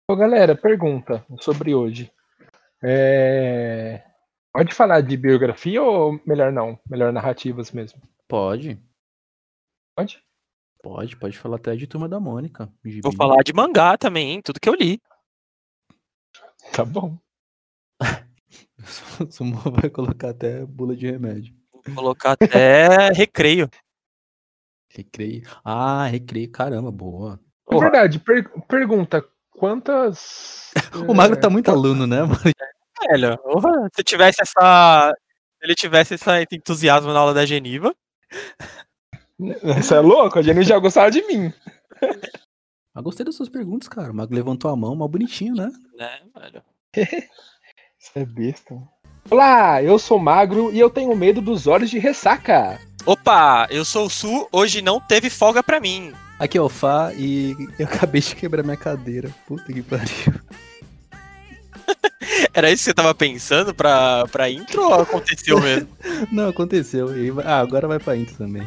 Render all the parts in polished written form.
Ô, galera, pergunta sobre hoje. Pode falar de biografia ou melhor não? Melhor narrativas mesmo? Pode, Pode? pode falar até de Turma da Mônica, Vou gibi. falar de mangá também, hein? Tudo que eu li. Tá bom. Sumo vai colocar até bula de remédio. Vou colocar até recreio. Recreio. Ah, recreio, caramba, boa. É verdade, pergunta, quantas... O Magro tá muito aluno, né, mano? Velho, se ele tivesse esse entusiasmo na aula da Geniva. Você é louco? A Jenny já gostava de mim. Mas gostei das suas perguntas, cara. O Magro levantou a mão, mal bonitinho, né? Né, velho? Você é besta. Olá, eu sou magro e eu tenho medo dos olhos de ressaca. Opa, eu sou o Su, hoje não teve folga pra mim. Aqui é o Fá e eu acabei de quebrar minha cadeira. Puta que pariu. Era isso que você tava pensando pra intro ou aconteceu mesmo? Não, aconteceu. Agora vai pra intro também.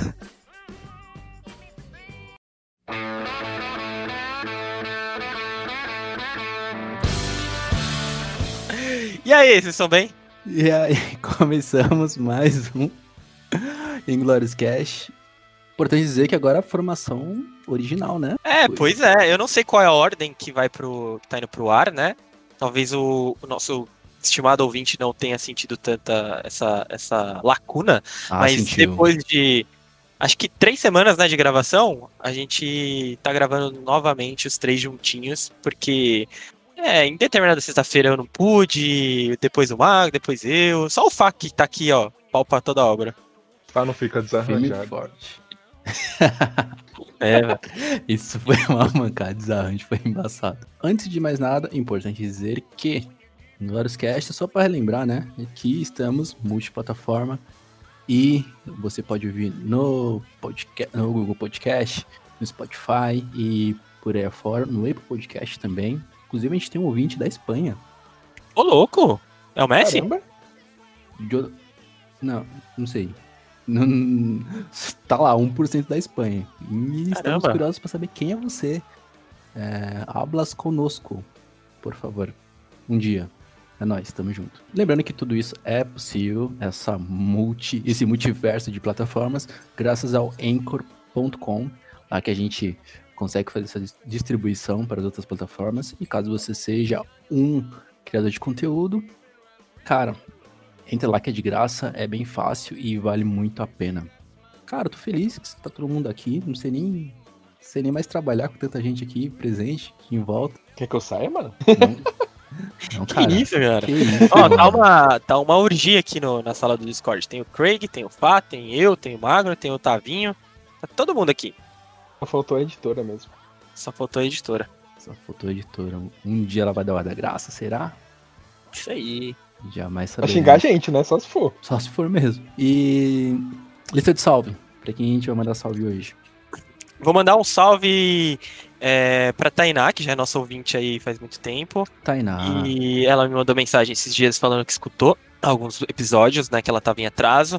E aí, vocês estão bem? E aí, começamos mais um Inglorious Cash. Importante dizer que agora é a formação original, né? Pois é, eu não sei qual é a ordem que tá indo pro ar, né? Talvez o nosso estimado ouvinte não tenha sentido tanta essa lacuna, mas sentiu. depois de acho que 3 semanas, né, de gravação, a gente tá gravando novamente os 3 juntinhos, porque em determinada sexta-feira eu não pude, depois o Mago, depois eu, só o Fá que tá aqui, ó, pau pra toda a obra. Pra não ficar Firme e desarranjado. forte. Velho. Isso foi uma mancada, desarranjo, foi embaçado. Antes de mais nada, é importante dizer que no Inglorious Cast, só para relembrar, né? Aqui estamos multiplataforma e você pode ouvir no Google Podcast, no Spotify e por aí afora, no Apple Podcast também. Inclusive, a gente tem um ouvinte da Espanha. Ô, louco! É o Messi? Caramba. Não sei. Tá lá, 1% da Espanha. E estamos curiosos para saber quem é você. Hablas conosco, por favor. Um dia. É nóis, tamo junto. Lembrando que tudo isso é possível, esse multiverso de plataformas, graças ao Anchor.com, lá que a gente consegue fazer essa distribuição para as outras plataformas. E caso você seja um criador de conteúdo, cara, entra lá que é de graça, é bem fácil e vale muito a pena. Cara, tô feliz que tá todo mundo aqui, não sei nem mais trabalhar com tanta gente aqui presente, em volta. Quer que eu saia, mano? Não, cara. Que isso, cara? Que isso, ó, tá uma orgia aqui na sala do Discord. Tem o Craig, tem o Fá, tem eu, tem o Magro, tem o Tavinho. Tá todo mundo aqui. Só faltou a editora mesmo. Só faltou a editora. Só faltou a editora. Um dia ela vai dar uma da graça, será? Isso aí. Jamais Pra saberemos. xingar a gente, né? Só se for. Só se for mesmo. E lista de salve. Pra quem a gente vai mandar salve hoje? Vou mandar um salve pra Tainá, que já é nossa ouvinte aí faz muito tempo. Tainá. E ela me mandou mensagem esses dias falando que escutou alguns episódios, né? Que ela tava em atraso.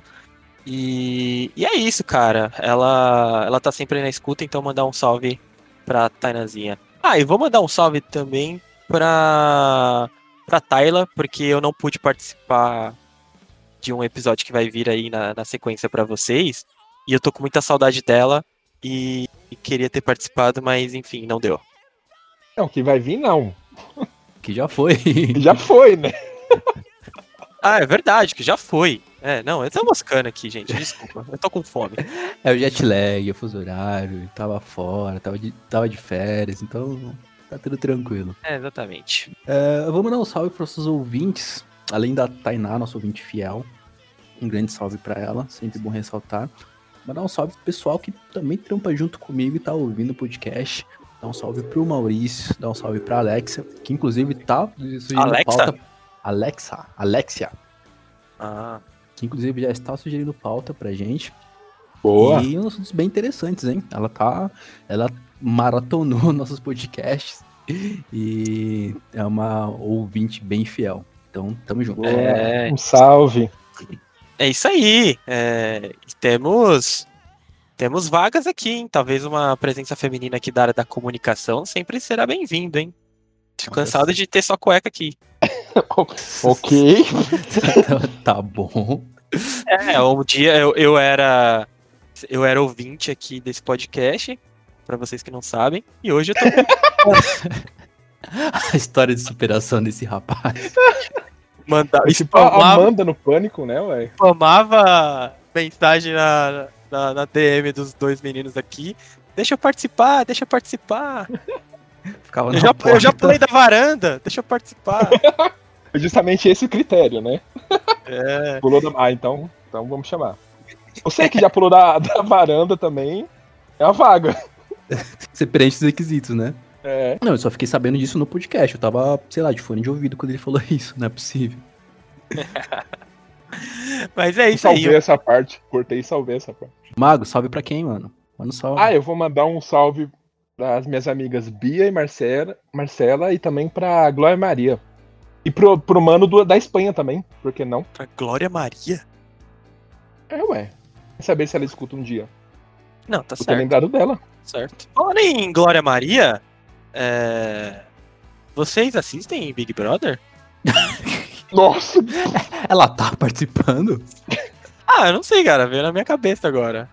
E é isso, cara. Ela tá sempre na escuta, então mandar um salve pra Tainazinha. E vou mandar um salve também pra Tayla, porque eu não pude participar de um episódio que vai vir aí na sequência pra vocês. E eu tô com muita saudade dela e queria ter participado, mas enfim, não deu. Não, que vai vir não. Que já foi. Já foi, né? É verdade, que já foi. Não, eu tô moscando aqui, gente, desculpa, eu tô com fome. É o jet lag, é o fuso horário, tava fora, tava de férias, então tá tudo tranquilo. Exatamente. Eu vou mandar um salve para os nossos ouvintes, além da Tainá, nosso ouvinte fiel. Um grande salve para ela, sempre bom ressaltar. Mandar um salve pro pessoal que também trampa junto comigo e tá ouvindo o podcast. Dá um salve pro Maurício, dá um salve pra Alexa, que inclusive tá sugerindo pauta. Alexia. Que inclusive já está sugerindo pauta pra gente. Boa. E uns assuntos bem interessantes, hein? Ela maratonou nossos podcasts e é uma ouvinte bem fiel. Então, tamo junto. Um salve. É isso aí. Temos vagas aqui, hein? Talvez uma presença feminina aqui da área da comunicação sempre será bem-vindo, hein? Tô cansado de ter só cueca aqui. Ok. Tá bom. Um dia eu era ouvinte aqui desse podcast, pra vocês que não sabem, e hoje eu tô A história de superação desse rapaz. É tipo a Amanda no Pânico, né, ué? Spamava mensagem na DM dos dois meninos aqui. Deixa eu participar. Ficava Eu já pulei da varanda, deixa eu participar. É justamente esse o critério, né? É. Pulou da... Ah, então vamos chamar. Você que já pulou da varanda também, é a vaga. Você preenche os requisitos, né? É. Não, eu só fiquei sabendo disso no podcast. Eu tava, sei lá, de fone de ouvido quando ele falou isso. Não é possível. Mas é isso Salvei aí. essa parte. Cortei e salvei essa parte. Mago, salve pra quem, mano? Manda um salve. Eu vou mandar um salve pras minhas amigas Bia e Marcela e também pra Glória Maria. E pro mano da Espanha também, por que não? Pra Glória Maria? Ué. Quer saber se ela escuta um dia? Não, tá Vou ter certo. lembrado dela. Certo. Falando em Glória Maria, vocês assistem Big Brother? Nossa! Ela tá participando? Eu não sei, cara. Veio na minha cabeça agora.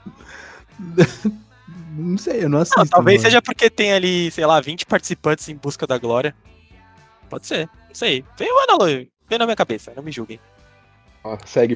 Não sei, eu não assisto. Talvez mano. seja porque tem ali, sei lá, 20 participantes em busca da glória. Pode ser. Não sei. Veio na minha cabeça. Não me julguem. Ó, segue.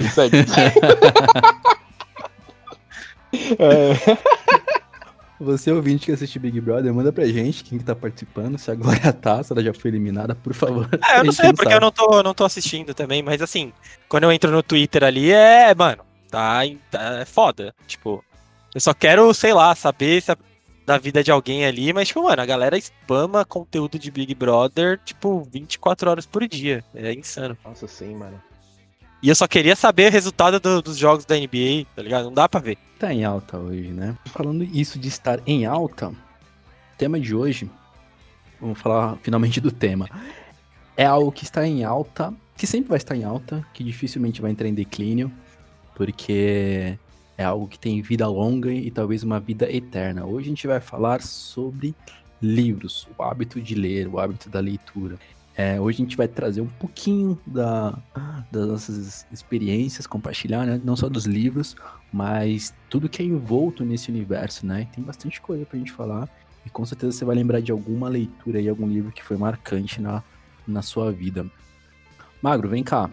Você ouvinte que assiste Big Brother, manda pra gente quem que tá participando, se a Glória tá, se ela já foi eliminada, por favor. Eu não sei, porque eu não tô assistindo também, mas assim, quando eu entro no Twitter ali, mano, é foda. Tipo, eu só quero, sei lá, saber da vida de alguém ali, mas, tipo, mano, a galera spama conteúdo de Big Brother, tipo, 24 horas por dia. É insano. Nossa, sim, mano. E eu só queria saber o resultado dos jogos da NBA, tá ligado? Não dá pra ver. Tá em alta hoje, né? Falando isso de estar em alta, o tema de hoje, vamos falar finalmente do tema, é algo que está em alta, que sempre vai estar em alta, que dificilmente vai entrar em declínio, porque é algo que tem vida longa e talvez uma vida eterna. Hoje a gente vai falar sobre livros, o hábito de ler, o hábito da leitura. Hoje a gente vai trazer um pouquinho das nossas experiências, compartilhar, né? Não só dos livros, mas tudo que é envolto nesse universo, né? Tem bastante coisa pra gente falar e com certeza você vai lembrar de alguma leitura e algum livro que foi marcante na sua vida. Magro, vem cá.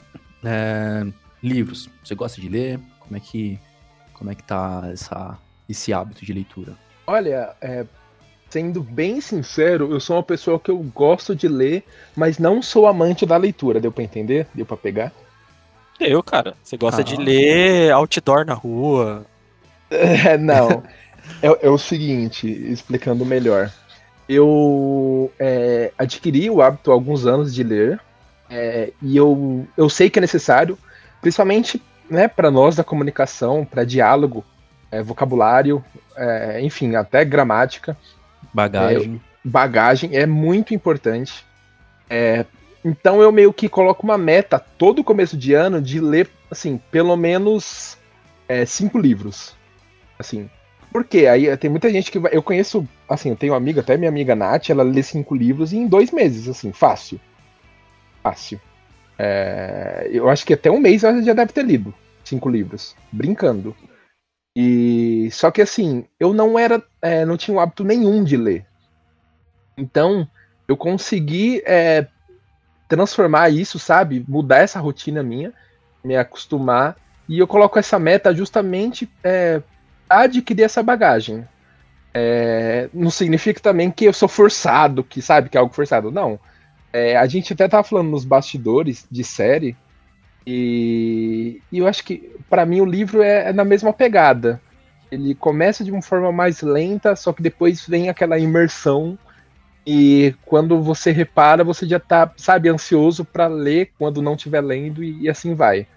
Livros, você gosta de ler? Como é que tá esse hábito de leitura? Olha, sendo bem sincero, eu sou uma pessoa que eu gosto de ler, mas não sou amante da leitura. Deu pra entender? Deu pra pegar? Cara. Você gosta de ler outdoor na rua? Não. É o seguinte, explicando melhor. Eu adquiri o hábito há alguns anos de ler, e eu sei que é necessário, principalmente, né, para nós da comunicação, para diálogo, vocabulário, enfim, até gramática. Bagagem é muito importante. Então eu meio que coloco uma meta todo começo de ano de ler, assim, pelo menos 5 livros. Assim. Porque aí tem muita gente que eu conheço, assim, eu tenho uma amiga, até minha amiga Nath, ela lê 5 livros em 2 meses, assim, fácil. Eu acho que até um mês ela já deve ter lido 5 livros, brincando. E só que assim, eu não tinha um hábito nenhum de ler. Então, eu consegui transformar isso, sabe? Mudar essa rotina minha, me acostumar. E eu coloco essa meta justamente a adquirir essa bagagem. Não significa também que eu sou forçado, que sabe que é algo forçado. Não. A gente até tava falando nos bastidores de série. E eu acho que, pra mim, o livro é na mesma pegada. Ele começa de uma forma mais lenta, só que depois vem aquela imersão. E quando você repara, você já tá, sabe, ansioso pra ler quando não estiver lendo e assim vai.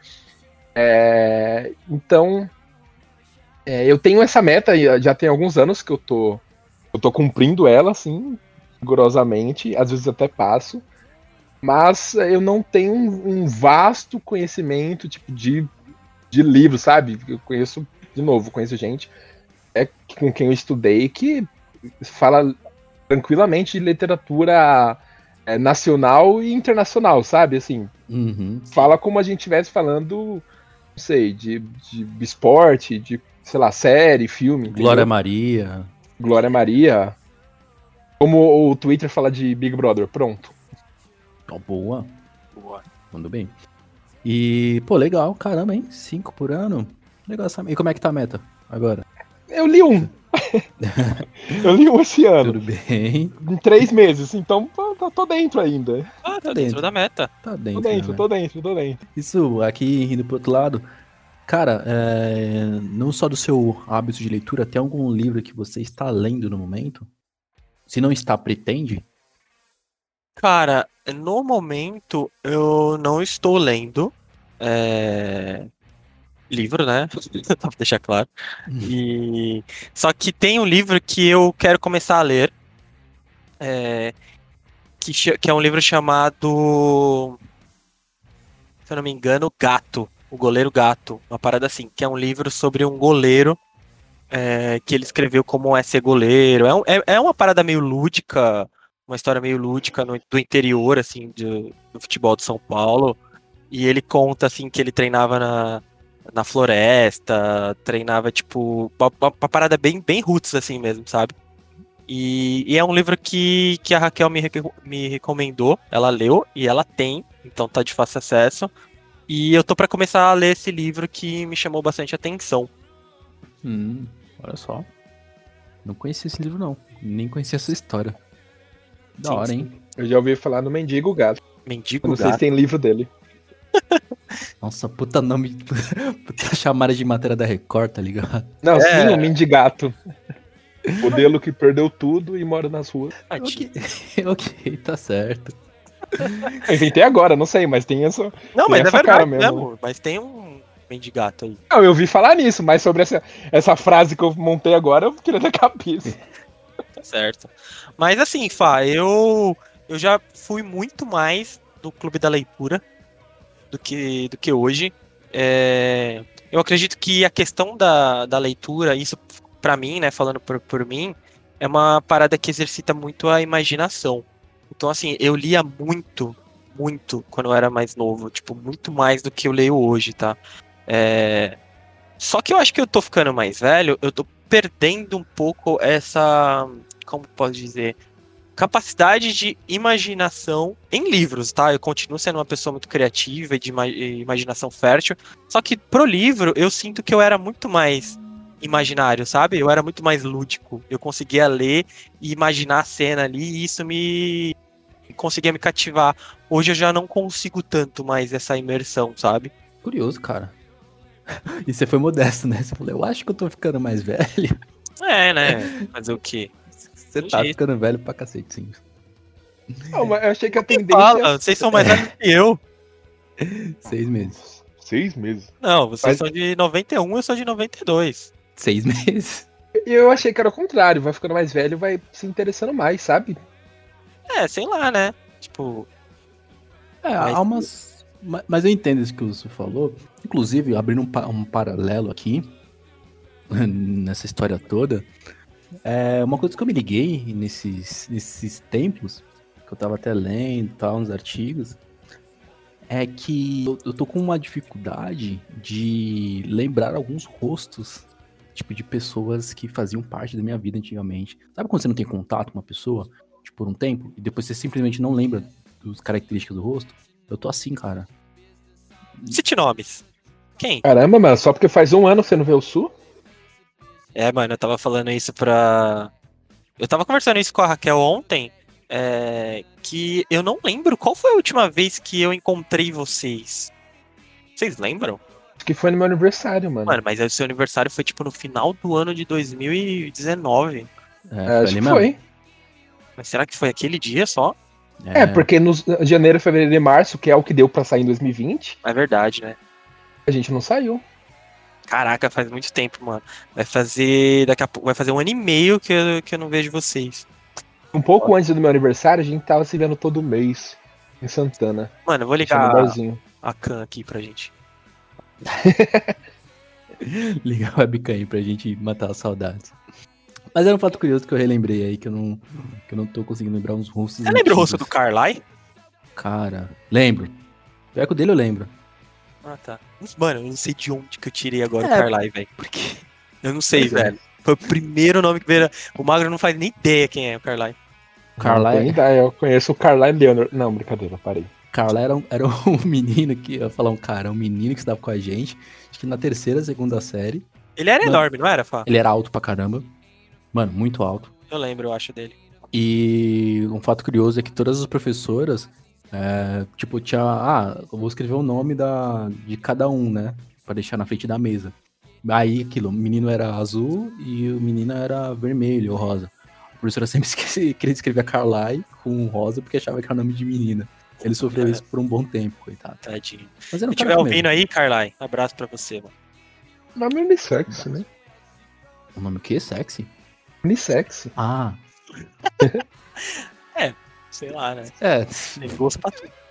Então, eu tenho essa meta, já tem alguns anos que eu tô cumprindo ela, assim, rigorosamente. Às vezes até passo. Mas eu não tenho um vasto conhecimento, tipo, de livro, sabe? Eu conheço gente com quem eu estudei que fala tranquilamente de literatura nacional e internacional, sabe? Assim, Uhum. fala como a gente estivesse falando, não sei, de esporte, de, sei lá, série, filme. Glória entendeu? Maria. Glória Maria. Como o Twitter fala de Big Brother, pronto. Ó, boa. Boa. Mandou bem. E, pô, legal, caramba, hein? 5 por ano. Legal essa. E como é que tá a meta agora? Eu li um. Eu li um esse ano. Tudo bem. Em 3 meses, então tô dentro ainda. Ah, tá dentro. dentro da meta. Tá Tô dentro. dentro, né? tô dentro. Isso, aqui indo pro outro lado. Cara, não só do seu hábito de leitura, tem algum livro que você está lendo no momento? Se não está, pretende? Cara, no momento eu não estou lendo livro, né? Só pra deixar claro. E só que tem um livro que eu quero começar a ler, que é um livro chamado, se eu não me engano, Gato, o Goleiro Gato, uma parada assim, que é um livro sobre um goleiro que ele escreveu como é ser goleiro. É uma parada meio lúdica, uma história meio lúdica do interior, assim, do futebol de São Paulo. E ele conta, assim, que ele treinava na floresta, treinava, tipo, uma parada bem, bem roots, assim mesmo, sabe? E é um livro que a Raquel me recomendou, ela leu e ela tem, então tá de fácil acesso. E eu tô pra começar a ler esse livro que me chamou bastante atenção. Olha só. Não conhecia esse livro, não. Nem conhecia essa história. Da Sim, hora, sim. hein? Eu já ouvi falar no Mendigo Gato. Eu Mendigo não sei se Gato. tem livro dele. Nossa, puta nome. Puta chamada de matéria da Record, tá ligado? Não, sim, o Mendigato. Modelo que perdeu tudo e mora nas ruas. Ok, ok, tá certo. Eu inventei agora, não sei, mas tem essa. Não, tem mas é essa cara verdade mesmo. mesmo. Mas tem um mendigato aí. Não, eu ouvi falar nisso, mas sobre essa frase que eu montei agora, eu tirei da cabeça. Tá certo. Mas assim, Fá, eu já fui muito mais do Clube da Leitura do que hoje. Eu acredito que a questão da leitura, isso pra mim, né, falando por mim, é uma parada que exercita muito a imaginação. Então, assim, eu lia muito, muito quando eu era mais novo, tipo, muito mais do que eu leio hoje, tá? Só que eu acho que eu tô ficando mais velho, eu tô perdendo um pouco essa, como posso dizer, capacidade de imaginação em livros, tá? Eu continuo sendo uma pessoa muito criativa e de imaginação fértil, só que pro livro eu sinto que eu era muito mais imaginário, sabe? Eu era muito mais lúdico. Eu conseguia ler e imaginar a cena ali e isso conseguia me cativar. Hoje eu já não consigo tanto mais essa imersão, sabe? Curioso, cara. E você foi modesto, né? Você falou, eu acho que eu tô ficando mais velho. Né? Fazer o quê? Você tá ficando velho pra cacete, sim. Não, mas eu achei que a tendência. Fala, vocês são mais velhos que eu. 6 meses. 6 meses. Não, vocês são de 91, eu sou de 92. 6 meses? E eu achei que era o contrário, vai ficando mais velho, vai se interessando mais, sabe? Sei lá, né? Tipo. Há umas. Mas eu entendo isso que você falou. Inclusive, abrindo um paralelo aqui, nessa história toda, uma coisa que eu me liguei nesses tempos, que eu tava até lendo tal, uns artigos, é que eu tô com uma dificuldade de lembrar alguns rostos, tipo, de pessoas que faziam parte da minha vida antigamente. Sabe quando você não tem contato com uma pessoa, tipo, por um tempo, e depois você simplesmente não lembra das características do rosto? Eu tô assim, cara. Cite nomes. Quem? Caramba, mano, só porque faz um ano você não vê o Sul? Mano, eu tava falando isso pra. Eu tava conversando isso com a Raquel ontem, que eu não lembro qual foi a última vez que eu encontrei vocês. Vocês lembram? Acho que foi no meu aniversário, mano. Mano, mas o seu aniversário foi tipo no final do ano de 2019. Acho que foi. Mas será que foi aquele dia só? Porque no janeiro, fevereiro e março, que é o que deu pra sair em 2020, É verdade, né? a gente não saiu. Caraca, faz muito tempo, mano. Daqui a pouco, vai fazer um ano e meio que eu não vejo vocês. Um pouco antes do meu aniversário, a gente tava se vendo todo mês em Santana. Mano, eu vou No ligar barzinho. a Khan aqui pra gente. Ligar o webcam aí pra gente matar as saudades. Mas era um fato curioso que eu relembrei aí, que eu não tô conseguindo lembrar uns rostos. Você lembra o rosto do Carly? Cara, lembro. Pior que o dele eu lembro. Ah, tá. Mano, eu não sei de onde que eu tirei agora o Carly, velho. Por quê? Eu não sei, velho. Foi o primeiro nome que veio. O Magro não faz nem ideia quem é o Carly. Não tem ideia, eu conheço o Carly Leonard. Não, brincadeira, parei. Carly era um menino que, eu ia falar um cara, um menino que estava com a gente, acho que na terceira, segunda série. Ele era enorme, não era, Fá? Ele era alto pra caramba. Mano, muito alto. Eu lembro, eu acho, dele. E um fato curioso é que todas as professoras, tipo, tinha... eu vou escrever o nome de cada um, né? Pra deixar na frente da mesa. Aí, aquilo, o menino era azul e o menino era vermelho ou rosa. A professora sempre queria escrever a Carly com rosa porque achava que era nome de menina. Ele sofreu isso por um bom tempo, coitado. Tadinho. Mas era um Se estiver ouvindo aí, Carly, um abraço pra você, mano. Nome unissex, né? O nome o quê? Sexy? Unissex. Ah. Sei lá, né? Tem gosto pra tudo.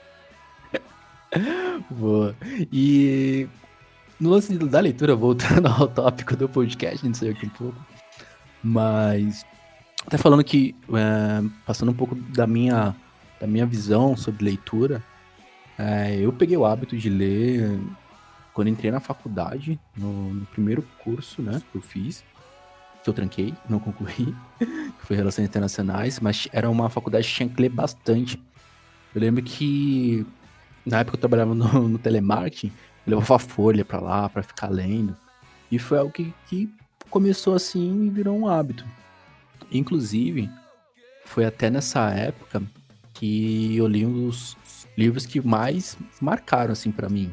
Boa. E no lance da leitura, voltando ao tópico do podcast, não sei aqui um pouco, mas até falando que, passando um pouco da minha visão sobre leitura, eu peguei o hábito de ler quando entrei na faculdade, no primeiro curso, né, que eu fiz, que eu tranquei, não concluí, que foi Relações Internacionais, mas era uma faculdade que tinha que ler bastante. Eu lembro que na época eu trabalhava no telemarketing, eu levava a folha pra lá, pra ficar lendo, e foi algo que começou assim e virou um hábito. Inclusive, foi até nessa época que eu li um dos livros que mais marcaram, assim, pra mim,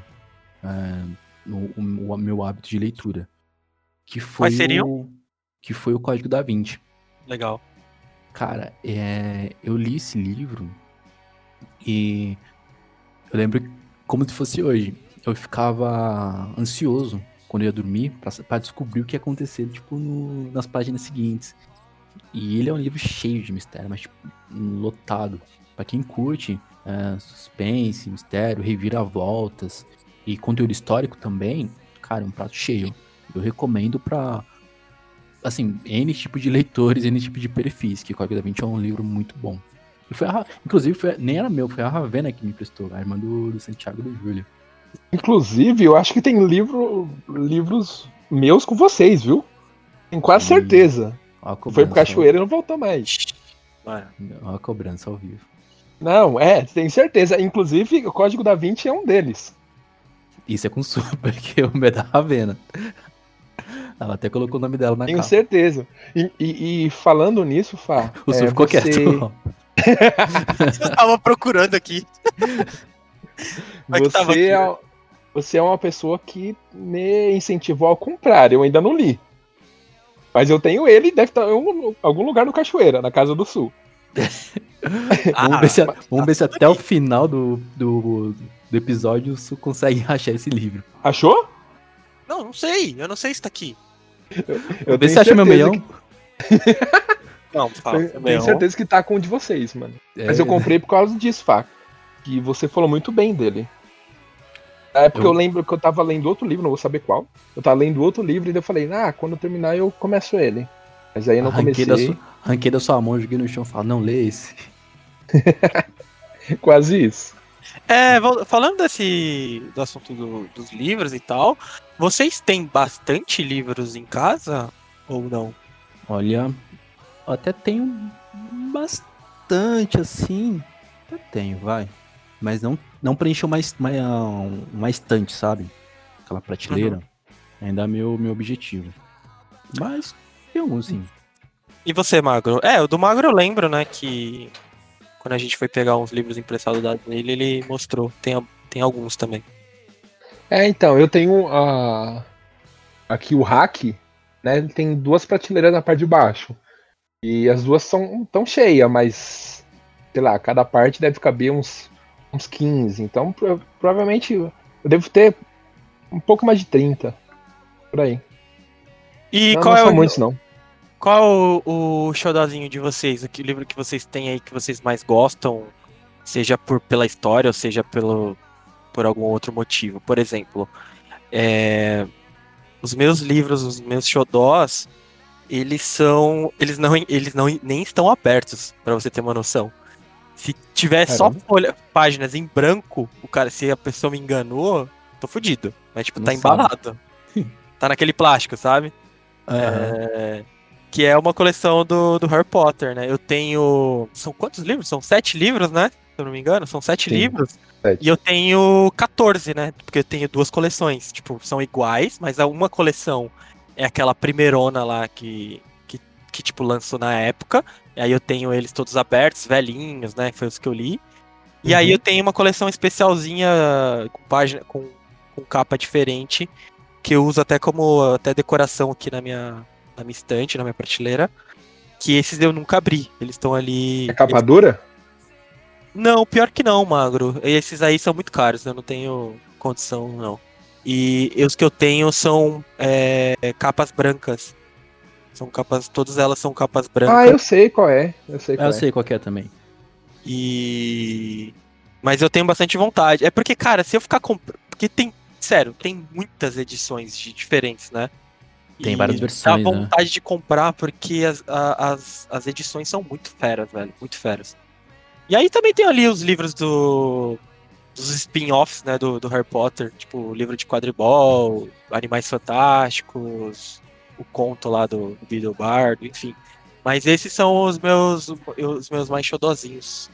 o meu hábito de leitura. Que foi Quais seriam? Que foi o Código da Vinci. Legal. Cara, eu li esse livro e eu lembro como se fosse hoje. Eu ficava ansioso quando eu ia dormir pra descobrir o que ia acontecer, tipo, nas páginas seguintes. E ele é um livro cheio de mistério, mas tipo, lotado. Pra quem curte suspense, mistério, reviravoltas e conteúdo histórico também, cara, é um prato cheio. Eu recomendo pra, assim, N tipo de leitores, N tipo de perfis, que o Código da Vinci é um livro muito bom. E inclusive, nem era meu, foi a Ravena que me prestou, a irmã do Santiago e do Júlio. Inclusive, eu acho que tem livros meus com vocês, viu? Tenho quase certeza. Foi pro Cachoeira e não voltou mais. Olha a cobrança ao vivo. Não, tenho certeza. Inclusive, o Código da Vinci é um deles. Isso é com super, que é o da Ravena. Ela até colocou o nome dela na capa. Tenho certeza. E falando nisso, Fá... O Sul ficou quieto. Eu tava procurando aqui. Você é uma pessoa que me incentivou a comprar. Eu ainda não li. Mas eu tenho ele, deve estar em algum lugar no Cachoeira, na Casa do Sul. Vamos ver se até o final do episódio o Sul consegue achar esse livro. Achou? Não sei. Eu não sei se tá aqui. Eu ver se acha meu meião. Não, tenho certeza que tá com um de vocês, mano. Mas eu comprei por causa disso, Fá. Que você falou muito bem dele. Na época eu lembro que eu tava lendo outro livro, não vou saber qual. Eu tava lendo outro livro e daí eu falei, quando eu terminar eu começo ele. Mas aí eu não comecei. Arranquei da sua mão, joguei no chão e falei, não, lê esse. Quase isso. Falando do assunto dos livros e tal, vocês têm bastante livros em casa ou não? Olha, eu até tenho bastante, assim. Até tenho, vai. Mas não preencheu uma estante, sabe? Aquela prateleira. Ainda é meu objetivo. Mas tem alguns, sim. E você, Magro? O do Magro eu lembro, né, que quando a gente foi pegar uns livros emprestados dele, ele mostrou. Tem alguns também. Então, eu tenho aqui o rack, né? Ele tem 2 prateleiras na parte de baixo. E as 2 tão cheias, mas, sei lá, cada parte deve caber uns 15. Então, provavelmente, eu devo ter um pouco mais de 30. Por aí. E não são muitos, não. Qual o xodózinho de vocês? O livro que vocês têm aí que vocês mais gostam? Seja pela história ou seja por algum outro motivo. Por exemplo, os meus livros, os meus xodós, eles não nem estão abertos, pra você ter uma noção. Se tiver só páginas em branco, se a pessoa me enganou, tô fudido. Mas, tipo, Não tá embalado. Tá naquele plástico, sabe? Que é uma coleção do Harry Potter, né? Eu tenho... São quantos livros? São 7 livros, né? Se eu não me engano, são 7 livros. 7. E eu tenho 14, né? Porque eu tenho 2 coleções. Tipo, são iguais, mas uma coleção é aquela primeirona lá que tipo, lançou na época. E aí eu tenho eles todos abertos, velhinhos, né? Foi os que eu li. E aí eu tenho uma coleção especialzinha com página, com capa diferente, que eu uso até como decoração aqui na minha estante, na minha prateleira. Que esses eu nunca abri. Eles estão ali. É capa dura? Não, pior que não, Magro. Esses aí são muito caros, eu não tenho condição, não. E os que eu tenho são capas brancas. São capas, todas elas são capas brancas. Ah, eu sei qual é. Eu sei qual é também. Mas eu tenho bastante vontade. É porque, cara, se eu ficar comprando... Porque tem muitas edições diferentes, né? Tem várias versões, dá vontade de comprar porque as edições são muito feras, velho. Muito feras. E aí também tem ali os livros dos spin-offs, né, do Harry Potter, tipo o livro de quadribol, Animais Fantásticos, o conto lá do Bardo, enfim. Mas esses são os meus mais xodozinhos.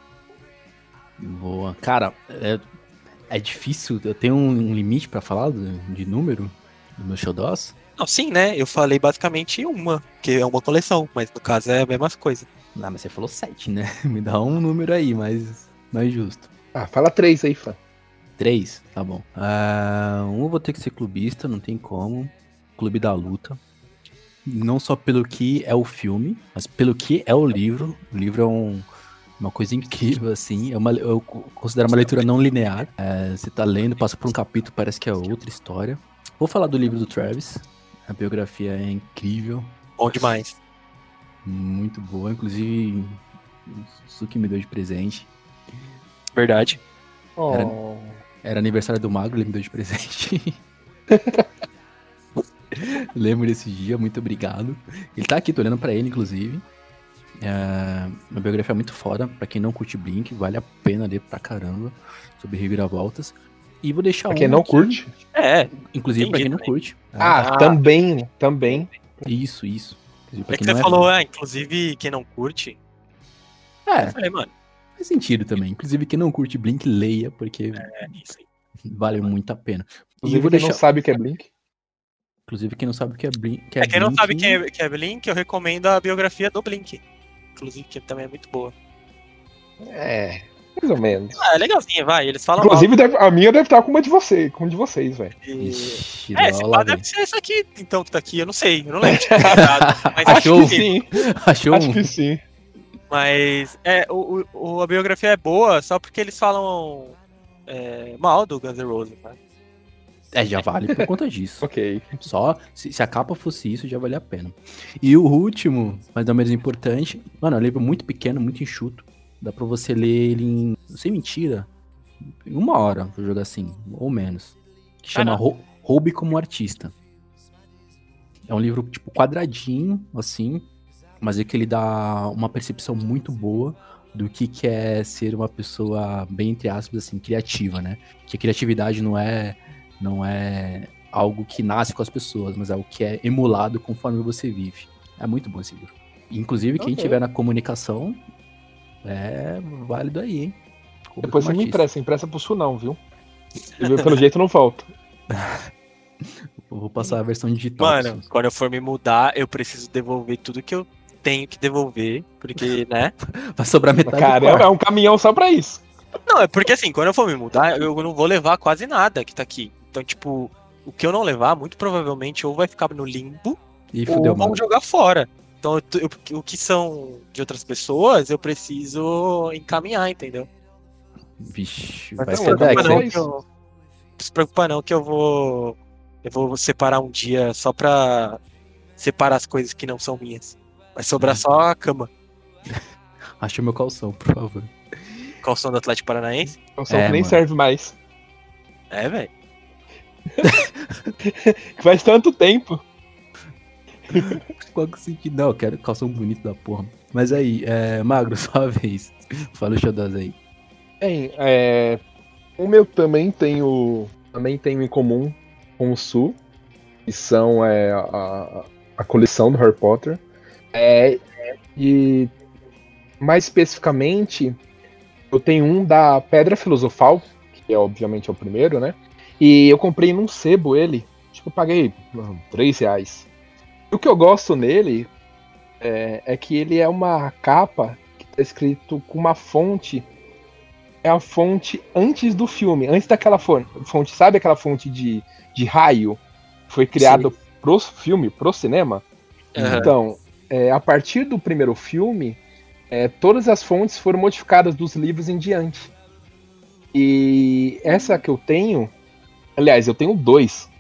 Boa. Cara, é difícil, eu tenho um limite pra falar de número dos meus xodós? Não, sim, né, eu falei basicamente uma, que é uma coleção, mas no caso é a mesma coisa. Não, mas você falou 7, né? Me dá um número aí, mais justo. Ah, fala 3 aí, fã. 3? Tá bom. Eu vou ter que ser clubista, não tem como. Clube da Luta. Não só pelo que é o filme, mas pelo que é o livro. O livro é uma coisa incrível, assim. Eu considero uma leitura não linear. Você tá lendo, passa por um capítulo, parece que é outra história. Vou falar do livro do Travis. A biografia é incrível. Bom demais. Muito boa, inclusive o Suki me deu de presente. Verdade. Era aniversário do Magro, ele me deu de presente. Lembro desse dia, muito obrigado. Ele tá aqui, tô olhando pra ele, inclusive. Uma biografia muito foda, pra quem não curte Blink, vale a pena ler pra caramba, sobre reviravoltas. E vou deixar pra quem não curte? Inclusive pra quem não curte. Também. Isso. É que você falou, inclusive quem não curte. Eu falei, mano. Faz sentido também. Inclusive quem não curte Blink, leia, porque isso aí. Vale muito a pena. Inclusive quem não sabe o que é Blink. Inclusive quem não sabe o que é Blink. Quem não sabe o que é Blink, eu recomendo a biografia do Blink. Inclusive, que também é muito boa. Mais ou menos. É legalzinha, vai. Eles falam. Inclusive, a minha deve estar com uma de vocês, velho. Ixi, deve ser essa aqui, então, que tá aqui. Eu não sei, eu não lembro. Mas acho que sim. Acho que sim. Mas a biografia é boa só porque eles falam mal do Guns N' Roses, né? Já vale por conta disso. Ok. Só se a capa fosse isso, já vale a pena. E o último, mas não menos importante, mano, é um livro muito pequeno, muito enxuto. Dá pra você ler ele em, sem mentira, em 1 hora, vou jogar assim, ou menos. Que chama Roube como Artista. É um livro, tipo, quadradinho, assim, mas é que ele dá uma percepção muito boa do que é ser uma pessoa, bem entre aspas, assim, criativa, né? Que a criatividade não é algo que nasce com as pessoas, mas é algo que é emulado conforme você vive. É muito bom esse livro. Inclusive, quem tiver na comunicação, é válido aí, hein? Depois você me empresta pro Sunão, viu? Pelo jeito não falta. Eu vou passar a versão digital. Mano, quando eu for me mudar, eu preciso devolver tudo que eu tenho que devolver, porque, né? Vai sobrar metade. Cara, é um caminhão só pra isso. Não, é porque assim, quando eu for me mudar, eu não vou levar quase nada que tá aqui. Então, tipo, o que eu não levar, muito provavelmente, ou vai ficar no limbo, ou vão jogar fora. Então, o que são de outras pessoas, eu preciso encaminhar, entendeu? Vixe, vai ser Dex, hein? Não se preocupa não, que eu vou separar um dia só pra separar as coisas que não são minhas. Vai sobrar só a cama. Acha o meu calção, por favor. Calção do Atlético Paranaense? Calção que nem serve mais. Velho. Faz tanto tempo. Qual que é o sentido? Não, eu quero calção bonito da porra. Mas aí, Magro, sua vez. Fala o xodós aí. Bem, o meu também tenho em comum com o Su, que são a coleção do Harry Potter. E mais especificamente, eu tenho um da Pedra Filosofal, que obviamente é o primeiro, né? E eu comprei num sebo ele, tipo, eu paguei R$3. E o que eu gosto nele é que ele é uma capa que tá escrito com uma fonte. É a fonte antes do filme, antes daquela fonte, sabe aquela fonte de raio que foi criado pro filme, pro cinema? Uhum. Então, a partir do primeiro filme, todas as fontes foram modificadas dos livros em diante. E essa que eu tenho, aliás, eu tenho dois.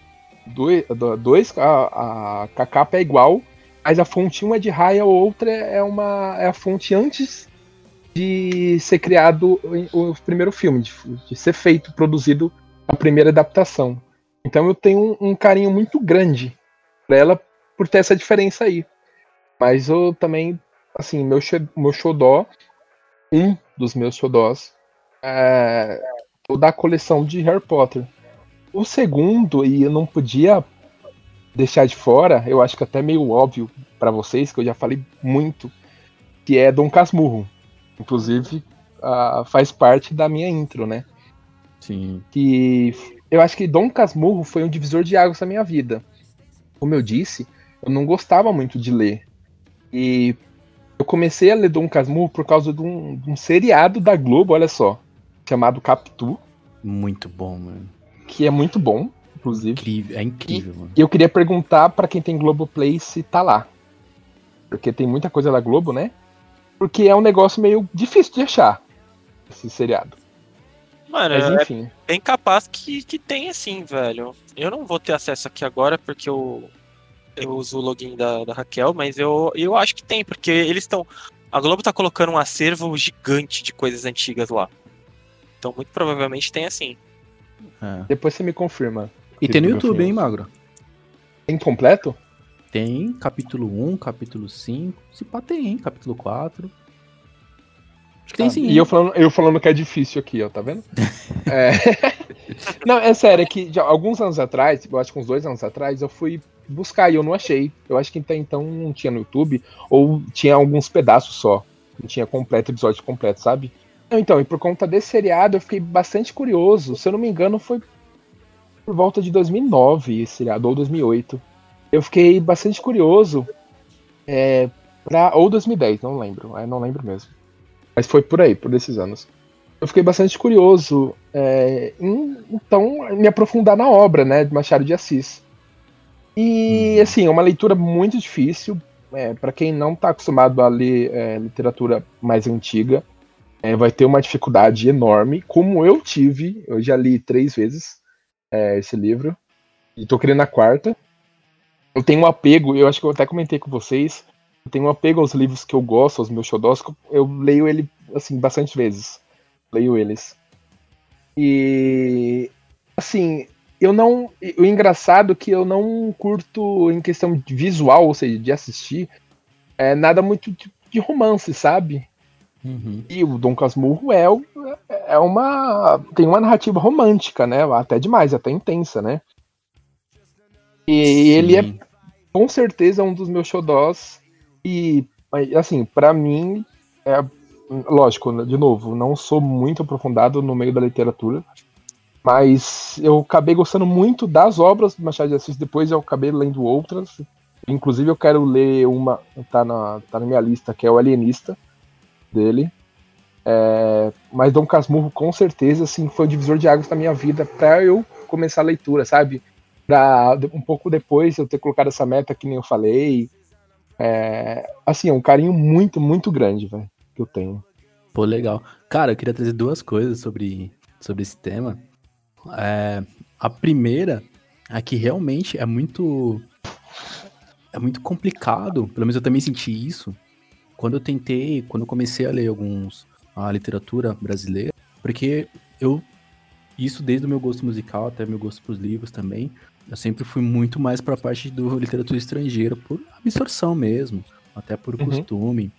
A capa é igual, mas a fonte uma é de raio, a outra é a fonte antes de ser criado o primeiro filme, de ser feito, produzido a primeira adaptação. Então eu tenho um carinho muito grande por ela por ter essa diferença aí. Mas eu também, assim, meu xodó, um dos meus xodós, é toda a coleção de Harry Potter. O segundo, e eu não podia deixar de fora, eu acho que até meio óbvio para vocês, que eu já falei muito, que é Dom Casmurro. Inclusive, faz parte da minha intro, né? Sim. Que eu acho que Dom Casmurro foi um divisor de águas na minha vida. Como eu disse, eu não gostava muito de ler. E eu comecei a ler Dom Casmurro por causa de um seriado da Globo, olha só, chamado Capitu. Muito bom, mano. Que é muito bom, inclusive. Incrível, incrível, mano. E eu queria perguntar pra quem tem Globoplay se tá lá. Porque tem muita coisa da Globo, né? Porque é um negócio meio difícil de achar, esse seriado. Mano, mas enfim. É bem capaz que tem assim, velho. Eu não vou ter acesso aqui agora porque eu uso o login da Raquel, mas eu acho que tem, porque eles estão. A Globo tá colocando um acervo gigante de coisas antigas lá. Então, muito provavelmente tem assim. Depois você me confirma. E tem no YouTube, hein, Magro? Tem completo? Tem capítulo 1, capítulo 5. Se pá, tem, hein? Capítulo 4. Acho que tem sim. E eu falando que é difícil aqui, ó, tá vendo? Não, é sério, é que já, alguns anos atrás, eu acho que uns 2 anos atrás, eu fui buscar e eu não achei. Eu acho que até então não tinha no YouTube, ou tinha alguns pedaços só. Não tinha episódio completo, sabe? Então, e por conta desse seriado, eu fiquei bastante curioso. Se eu não me engano, foi por volta de 2009 esse seriado, ou 2008. Eu fiquei bastante curioso, ou 2010, não lembro. Não lembro mesmo. Mas foi por aí, por esses anos. Eu fiquei bastante curioso então me aprofundar na obra, né, de Machado de Assis. E assim, é uma leitura muito difícil, para quem não está acostumado a ler literatura mais antiga, vai ter uma dificuldade enorme, como eu tive. Eu já li 3 vezes esse livro e tô querendo a 4ª. Eu tenho um apego, eu acho que eu até comentei com vocês, eu tenho um apego aos livros que eu gosto, aos meus xodós, eu leio ele assim bastante vezes. Leio eles. E assim, o engraçado é que eu não curto em questão de visual, ou seja, de assistir, nada muito de romance, sabe? Uhum. E o Dom Casmurro tem uma narrativa romântica, né? Até demais, até intensa, né? E ele é com certeza um dos meus xodós. E assim, pra mim, lógico, de novo, não sou muito aprofundado no meio da literatura, mas eu acabei gostando muito das obras do Machado de Assis, depois eu acabei lendo outras. Inclusive eu quero ler uma, tá na minha lista, que é o Alienista, dele. Mas Dom Casmurro, com certeza, assim, foi o divisor de águas na minha vida pra eu começar a leitura, sabe? Pra um pouco depois eu ter colocado essa meta, que nem eu falei. Assim, é um carinho muito, muito grande, velho, que eu tenho. Pô, legal. Cara, eu queria trazer 2 coisas sobre esse tema. A primeira é que realmente é muito complicado, pelo menos eu também senti isso, quando eu comecei a ler a literatura brasileira, porque isso desde o meu gosto musical até meu gosto pros livros também, Eu sempre fui muito mais pra parte do literatura estrangeira, por absorção mesmo, até por costume.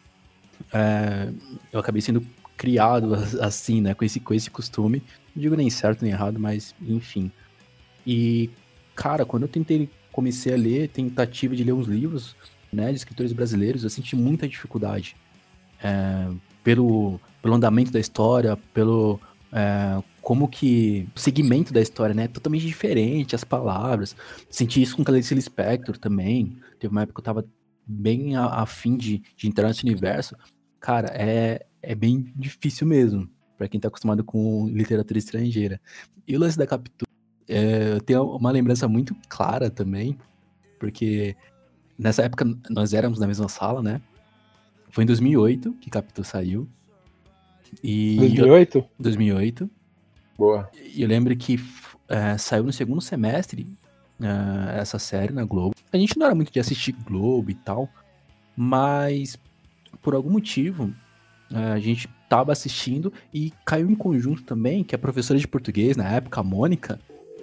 Eu acabei sendo criado assim, né, com esse costume. Não digo nem certo nem errado, mas enfim. E, cara, quando eu comecei a ler, tentativa de ler uns livros, né, de escritores brasileiros, eu senti muita dificuldade. Pelo andamento da história, como que o segmento da história, né, totalmente diferente, as palavras. Senti isso com Clarice Lispector também. Teve uma época que eu tava bem a fim de entrar nesse universo. Cara, é bem difícil mesmo, pra quem tá acostumado com literatura estrangeira. E o lance da Capitu, eu tenho uma lembrança muito clara também, porque nessa época nós éramos na mesma sala, né? Foi em 2008 que Capitu saiu. 2008? 2008. Boa. E eu lembro que saiu no segundo semestre essa série na Globo. A gente não era muito de assistir Globo e tal, mas por algum motivo a gente tava assistindo e caiu em conjunto também que a professora de português, na época, a Mônica,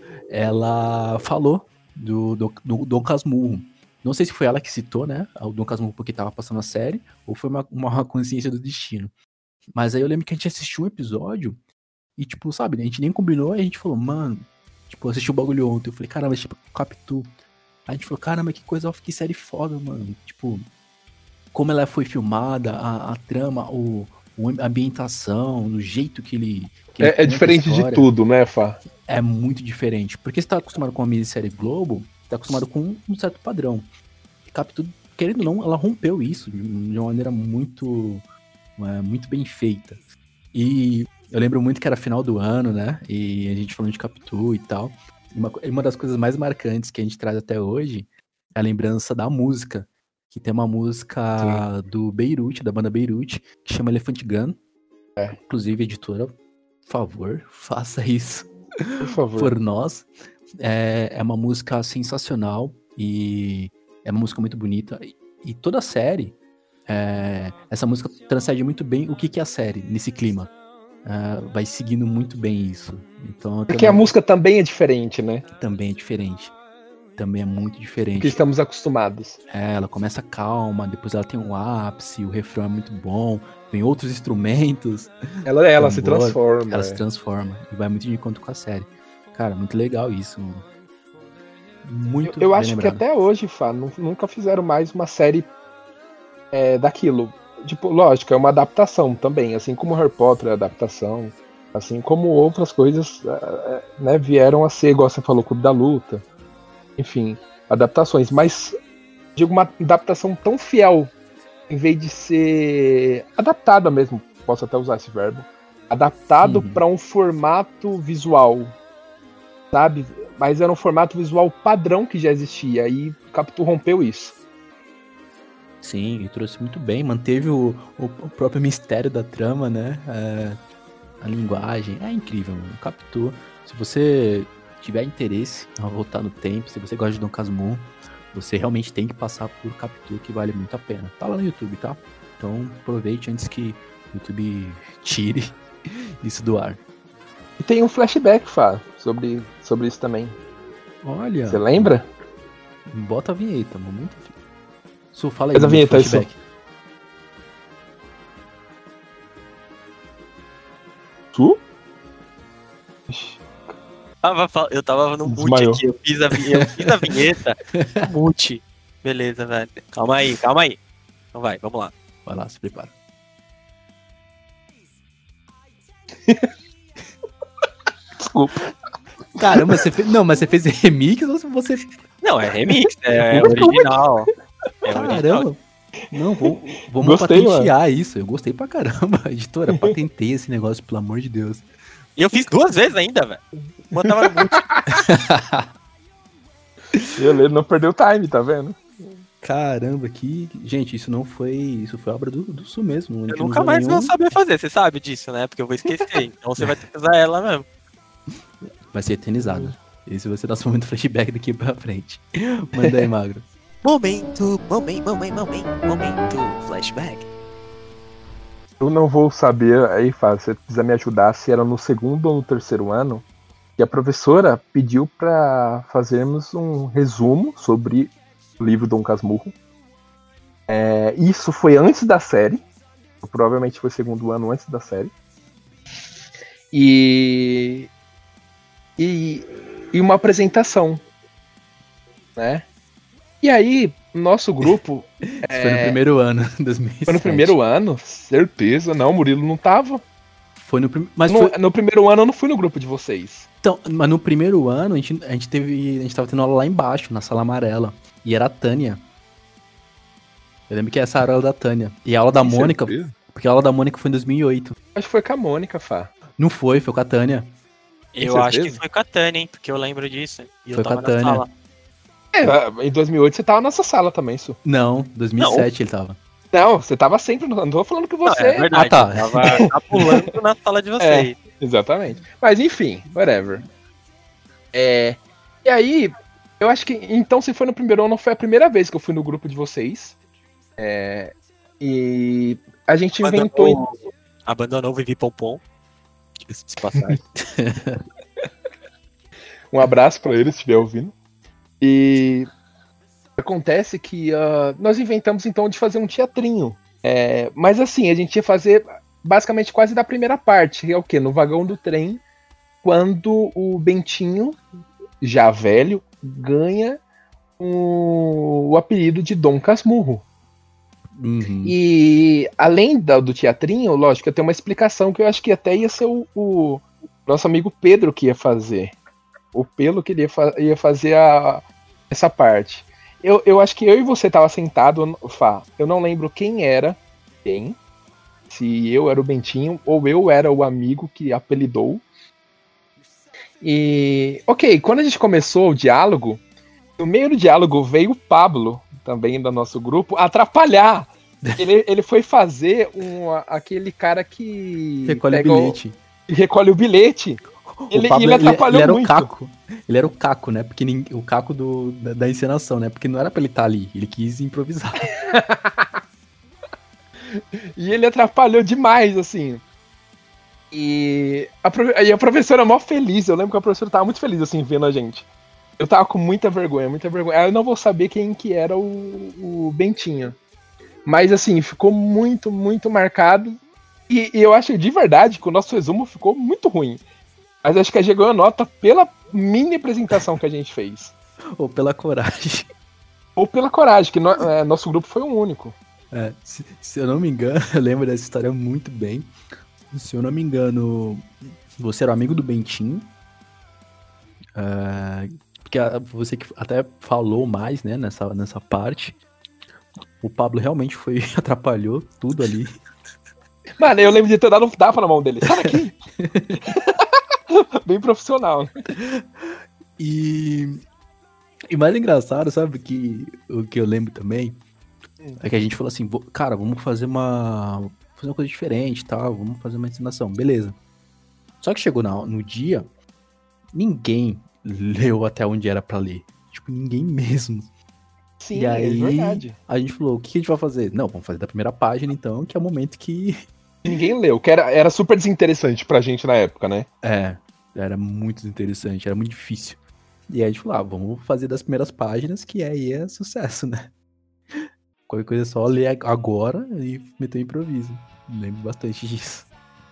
ela falou do Dom Casmurro. Não sei se foi ela que citou, né, o Dom Casmurro porque tava passando a série, ou foi uma consciência do destino. Mas aí eu lembro que a gente assistiu um episódio e, tipo, sabe, a gente nem combinou, e a gente falou, mano, tipo, eu assisti o bagulho ontem, eu falei, caramba, tipo, Capitu. Aí a gente falou, caramba, que coisa, que série foda, mano. Tipo, como ela foi filmada, a trama, a ambientação, o jeito que ele é diferente de tudo, né, Fá? É muito diferente. Porque você tá acostumado com a minissérie Globo, tá acostumado com um certo padrão. Capitu, querendo ou não, ela rompeu isso de uma maneira muito bem feita. E eu lembro muito que era final do ano, né? E a gente falando de Capitu e tal. E uma das coisas mais marcantes que a gente traz até hoje é a lembrança da música. Que tem uma música do Beirute, da banda Beirute, que chama Elephant Gun. Inclusive, editora, por favor, faça isso. Por favor. Por nós. É uma música sensacional e é uma música muito bonita. E toda a série, essa música transcende muito bem o que é a série nesse clima. Vai seguindo muito bem isso. Então, porque a música também é diferente, né? Também é diferente. Também é muito diferente. Porque estamos acostumados. Ela começa calma, depois ela tem um ápice, o refrão é muito bom, tem outros instrumentos. Ela se transforma. Ela se transforma e vai muito de encontro com a série. Cara, muito legal isso. Muito Eu acho lembrado. que até hoje, Fá, nunca fizeram mais uma série daquilo. Tipo, lógico, é uma adaptação também, assim como Harry Potter é adaptação, assim como outras coisas né, vieram a ser, igual você falou, Clube da Luta. Enfim, adaptações, mas digo uma adaptação tão fiel, em vez de ser adaptada mesmo, posso até usar esse verbo, adaptado para um formato visual, sabe? Mas era um formato visual padrão que já existia, e Capitu rompeu isso. Sim, e trouxe muito bem, manteve o próprio mistério da trama, né? A linguagem, é incrível, mano. Capitu, se você tiver interesse a voltar no tempo, se você gosta de Dom Casmurro, você realmente tem que passar por Capitu, que vale muito a pena. Tá lá no YouTube, tá? Então aproveite antes que o YouTube tire isso do ar. E tem um flashback, Fá, sobre isso também. Olha. Você lembra? Bota a vinheta, momento. Su, fala aí. Faz a vinheta aí, Su. Su? Eu tava no mute aqui, eu fiz a vinheta. Mute. Beleza, velho. Calma aí. Então vai, vamos lá. Vai lá, se prepara. Desculpa. Caramba, mas você fez remix ou você... Não, é remix, é original. Caramba. Não, vamos patentear isso. Eu gostei pra caramba. Editora, patenteia esse negócio, pelo amor de Deus. E eu fiz 2 vezes ainda, velho. Uma tava no mute. Ele não perdeu o time, tá vendo? Caramba, gente, isso foi obra do Su mesmo. Eu nunca mais vou saber fazer, você sabe disso, né? Porque eu vou esquecer. Então você vai ter que usar ela mesmo. Vai ser eternizado. Esse vai ser nosso momento flashback daqui pra frente. Manda aí, Magro. Momento flashback. Eu não vou saber, aí, Fábio, se você quiser me ajudar, se era no segundo ou no terceiro ano, que que a professora pediu para fazermos um resumo sobre o livro Dom Casmurro. Isso foi antes da série. Provavelmente foi segundo ano antes da série. E uma apresentação, né? E aí, nosso grupo... Foi no primeiro ano, 2007. Foi no primeiro ano? Certeza. Não, o Murilo não tava. Foi no no primeiro ano eu não fui no grupo de vocês. Então, mas no primeiro ano a gente tava tendo aula lá embaixo, na sala amarela. E era a Tânia. Eu lembro que essa era a aula da Tânia. E a aula da Mônica... Certeza? Porque a aula da Mônica foi em 2008. Acho que foi com a Mônica, Fá. Não foi com a Tânia. Eu acho que foi com a Tânia, hein? Porque eu lembro disso. E foi eu tava com a Tânia. na sala. Em 2008 você tava na nossa sala também, Su. Não, 2007 ele tava. Não, você tava sempre... Não tô falando que você... Não, é verdade. Ah, tá. Eu tava pulando na sala de vocês. Exatamente. Mas enfim, whatever. E aí, eu acho que... Então, se foi no primeiro ano, foi a primeira vez que eu fui no grupo de vocês. E a gente inventou... Abandonou o Vivi Pompom. Diga-se de passagem. Um abraço pra ele, se estiver ouvindo. E acontece que nós inventamos, então, de fazer um teatrinho. Mas assim, a gente ia fazer basicamente quase da primeira parte, que é o quê? No vagão do trem, quando o Bentinho, já velho, ganha o apelido de Dom Casmurro. Uhum. E além do teatrinho, lógico, eu tenho uma explicação que eu acho que até ia ser o nosso amigo Pedro que ia fazer. O Pelo que ele ia fazer essa parte. Eu acho que eu e você tava sentado, Fá. Eu não lembro quem era quem. Se eu era o Bentinho ou eu era o amigo que apelidou. E, ok, quando a gente começou o diálogo, no meio do diálogo veio o Pablo, também do nosso grupo, atrapalhar. Ele foi fazer aquele cara que... Recolhe o bilhete. Recolhe o bilhete. Ele atrapalhou ele era muito. O Caco. Ele era o Caco, né? Porque o Caco da encenação, né? Porque não era pra ele estar ali. Ele quis improvisar. E ele atrapalhou demais, assim. E a professora mó feliz. Eu lembro que a professora tava muito feliz, assim, vendo a gente. Eu tava com muita vergonha, muita vergonha. Eu não vou saber quem que era o Bentinho. Mas, assim, ficou muito, muito marcado. E eu acho de verdade que o nosso resumo ficou muito ruim. Mas acho que a gente ganhou nota pela mini apresentação que a gente fez. Ou pela coragem. Ou pela coragem, que nosso grupo foi o único. Se eu não me engano, eu lembro dessa história muito bem. Se eu não me engano, você era amigo do Bentinho. Porque você que até falou mais, né, nessa parte. O Pablo realmente atrapalhou tudo ali. Mano, eu lembro de ter dado um tapa na mão dele. Sai daqui! Bem profissional. E mais engraçado, sabe, o que eu lembro também, é que a gente falou assim, cara, vamos fazer uma coisa diferente, tal, vamos fazer uma encenação, beleza. Só que chegou no dia, ninguém leu até onde era pra ler. Tipo, ninguém mesmo. Sim, e aí, é verdade. A gente falou, o que a gente vai fazer? Não, vamos fazer da primeira página, então, que é o momento que... Ninguém leu, que era super desinteressante pra gente na época, né? Era muito desinteressante, era muito difícil. E aí a gente falou, vamos fazer das primeiras páginas, que aí é sucesso, né? Qualquer coisa é só ler agora e meter o improviso. Lembro bastante disso.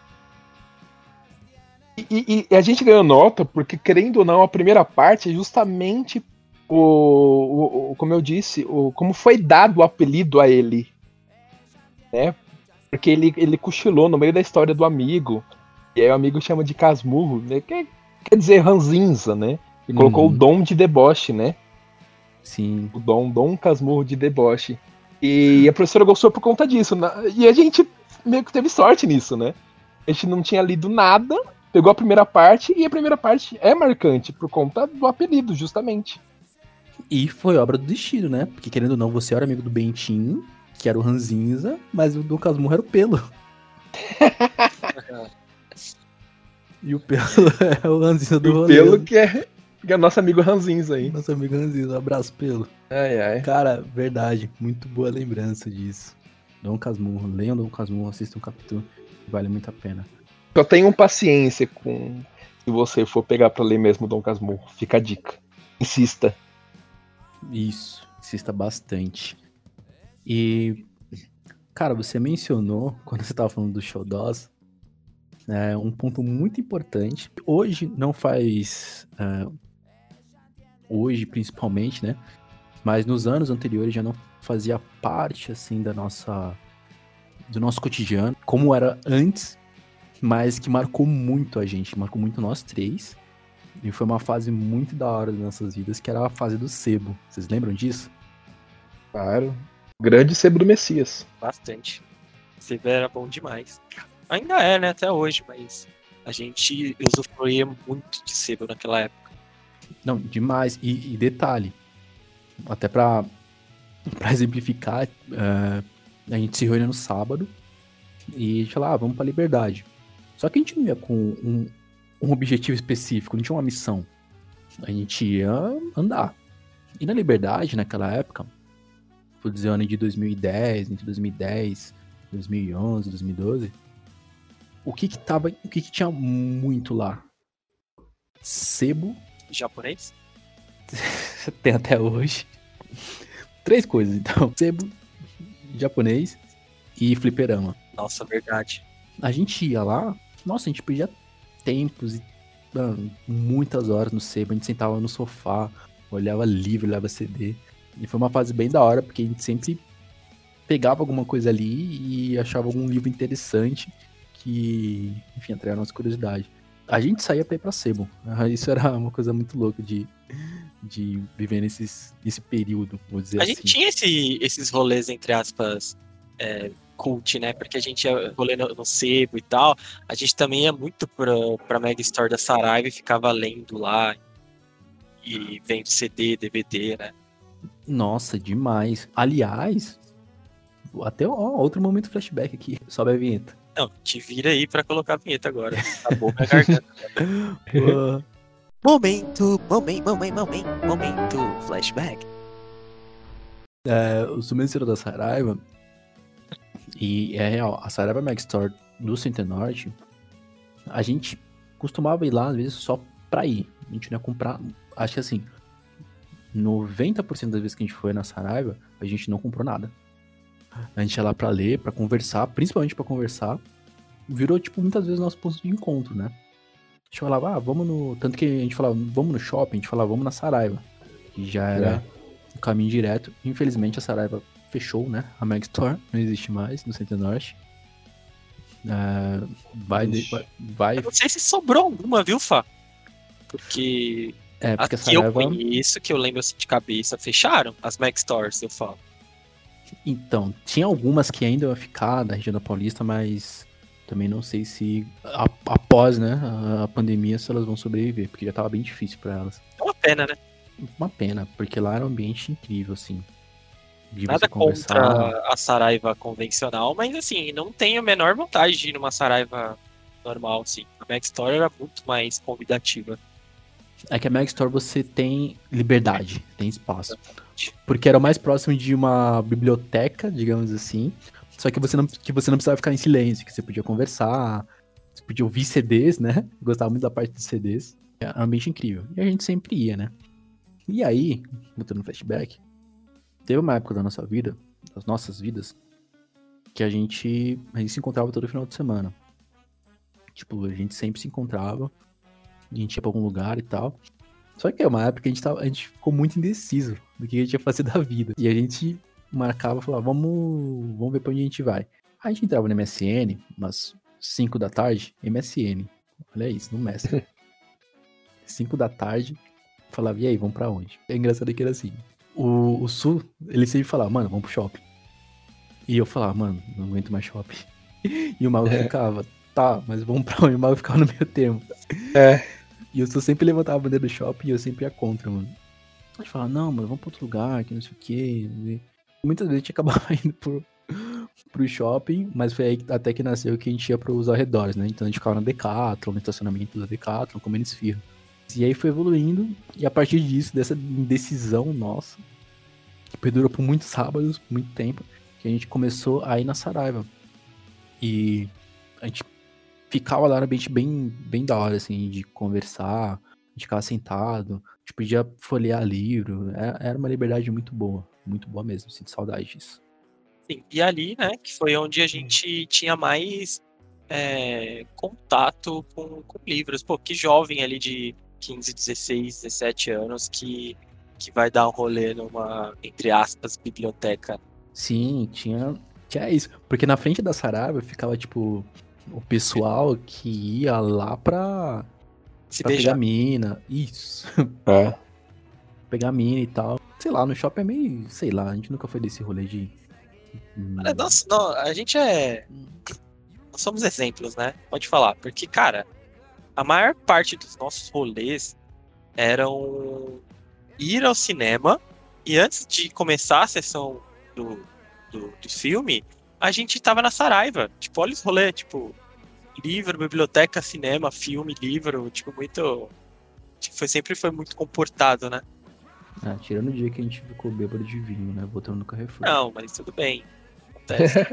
E a gente ganhou nota porque, querendo ou não, a primeira parte é justamente como eu disse, como foi dado o apelido a ele, né? Porque ele cochilou no meio da história do amigo, e aí o amigo chama de Casmurro, né? Quer dizer ranzinza, né? E colocou o Dom de deboche, né? Sim. O Dom Casmurro de deboche. E a professora gostou por conta disso, né? E a gente meio que teve sorte nisso, né? A gente não tinha lido nada, pegou a primeira parte, e a primeira parte é marcante por conta do apelido, justamente. E foi obra do destino, né? Porque, querendo ou não, você era amigo do Bentinho, que era o Ranzinza, mas o do Casmurro era o Pelo. E o Pelo é o Ranzinza do rolê. O Pelo que é nosso amigo Ranzinza aí. Nosso amigo Ranzinza, um abraço, Pelo. Ai. Cara, verdade, muito boa lembrança disso. Dom Casmurro, leiam Dom Casmurro, assistam o capítulo, vale muito a pena. Eu tenho paciência com Se você for pegar pra ler mesmo Dom Casmurro, fica a dica. Insista. Isso, insista bastante. E, cara, você mencionou, quando você tava falando do Xodós, um ponto muito importante. Hoje não faz... hoje, principalmente, né? Mas nos anos anteriores já não fazia parte, assim, do nosso cotidiano, como era antes, mas que marcou muito a gente, marcou muito nós três. E foi uma fase muito da hora das nossas vidas, que era a fase do sebo. Vocês lembram disso? Claro. Grande Sebo do Messias. Bastante. Sebo era bom demais. Ainda é, né? Até hoje, mas a gente usufruía muito de sebo naquela época. Não, demais. E detalhe, até pra exemplificar, a gente se reunia no sábado e a gente falava, vamos pra Liberdade. Só que a gente não ia com um objetivo específico, não tinha uma missão. A gente ia andar. E na Liberdade, naquela época, vou dizer, ano de 2010, entre 2010, 2011, 2012, o que tinha muito lá? Sebo. Japonês? Tem até hoje. 3 coisas, então. Sebo, japonês e fliperama. Nossa, verdade. A gente ia lá, nossa, a gente perdia tempos e muitas horas no sebo. A gente sentava no sofá, olhava livro, olhava CD. E foi uma fase bem da hora, porque a gente sempre pegava alguma coisa ali e achava algum livro interessante que, enfim, atraía a nossa curiosidade. A gente saía pra ir pra sebo. Isso era uma coisa muito louca de viver nesse período, vou dizer assim. A gente tinha esses rolês, entre aspas, cult, né? Porque a gente ia rolê no sebo e tal. A gente também ia muito pra Mega Store da Saraiva e ficava lendo lá. E vendo CD, DVD, né? Nossa, demais. Aliás, até outro momento flashback aqui. Sobe a vinheta. Não, te vira aí pra colocar a vinheta agora. Acabou minha garganta. Momento flashback. Eu sou ministro da Saraiva. E é real, a Saraiva Mega Store do Centenorte, a gente costumava ir lá, às vezes, só pra ir. A gente não ia comprar. Acho que assim, 90% das vezes que a gente foi na Saraiva, a gente não comprou nada. A gente ia lá pra ler, pra conversar, principalmente pra conversar. Virou, tipo, muitas vezes nosso ponto de encontro, né? A gente falava, vamos no... Tanto que a gente falava, vamos no shopping, a gente falava, vamos na Saraiva. Que já era o caminho direto. Infelizmente, a Saraiva fechou, né? A Mega Store não existe mais no Centro-Norte. Vai... Eu não sei se sobrou alguma, viu, Fá? Porque... porque as que eu conheço, que eu lembro assim de cabeça, fecharam as Mega Stores, eu falo. Então, tinha algumas que ainda iam ficar da região da Paulista, mas também não sei se após, né, a pandemia, se elas vão sobreviver, porque já tava bem difícil pra elas. É uma pena, né? Uma pena, porque lá era um ambiente incrível, assim. Nada contra a Saraiva convencional, mas assim, não tenho a menor vontade de ir numa Saraiva normal, assim. A Mega Store era muito mais convidativa. É que a Mega Store você tem liberdade, tem espaço. Porque era o mais próximo de uma biblioteca, digamos assim. Só que você não precisava ficar em silêncio, que você podia conversar, você podia ouvir CDs, né? Eu gostava muito da parte dos CDs. Era um ambiente incrível. E a gente sempre ia, né? E aí, botando no flashback, teve uma época da nossa vida, das nossas vidas, que a gente se encontrava todo final de semana. Tipo, a gente sempre se encontrava. A gente ia pra algum lugar e tal. Só que é uma época que a gente ficou muito indeciso do que a gente ia fazer da vida. E a gente marcava e falava, vamos ver pra onde a gente vai. Aí a gente entrava no MSN, umas 5 da tarde, MSN. Olha isso, no Messenger. 5 da tarde, falava, e aí, vamos pra onde? É engraçado que era assim. O Sul, ele sempre falava, mano, vamos pro shopping. E eu falava, mano, não aguento mais shopping. E o Mago ficava, tá, mas vamos pra onde? O Mago ficava no meio termo. E eu sempre levantava a bandeira do shopping e eu sempre ia contra, mano. A gente falava, não, mano, vamos pra outro lugar, que não sei o quê. E muitas vezes a gente acabava indo pro shopping, mas foi aí até que nasceu que a gente ia pros arredores, né? Então a gente ficava na Decathlon, no estacionamento da Decathlon, comendo esfirra. E aí foi evoluindo, e a partir disso, dessa indecisão nossa, que perdurou por muitos sábados, muito tempo, que a gente começou a ir na Saraiva. E a gente ficava lá no ambiente bem da hora, assim, de conversar, de ficar sentado, a gente podia folhear livro, era uma liberdade muito boa mesmo, sinto saudade disso. Sim, e ali, né, que foi onde a gente tinha mais contato com livros. Pô, que jovem ali de 15, 16, 17 anos que vai dar um rolê numa, entre aspas, biblioteca. Sim, tinha isso. Porque na frente da Saraiva ficava, tipo, o pessoal que ia lá pra pegar mina. Isso. É. Pegar mina e tal. Sei lá, no shopping é meio... Sei lá, a gente nunca foi desse rolê de... Nossa, não, a gente nós somos exemplos, né? Pode falar. Porque, cara, a maior parte dos nossos rolês eram ir ao cinema e antes de começar a sessão do filme, a gente tava na Saraiva. Tipo, olha os rolês, tipo, livro, biblioteca, cinema, filme, livro, tipo, muito... Tipo, sempre foi muito comportado, né? Tirando o dia que a gente ficou bêbado de vinho, né? Voltando no Carrefour. Não, mas tudo bem. Acontece.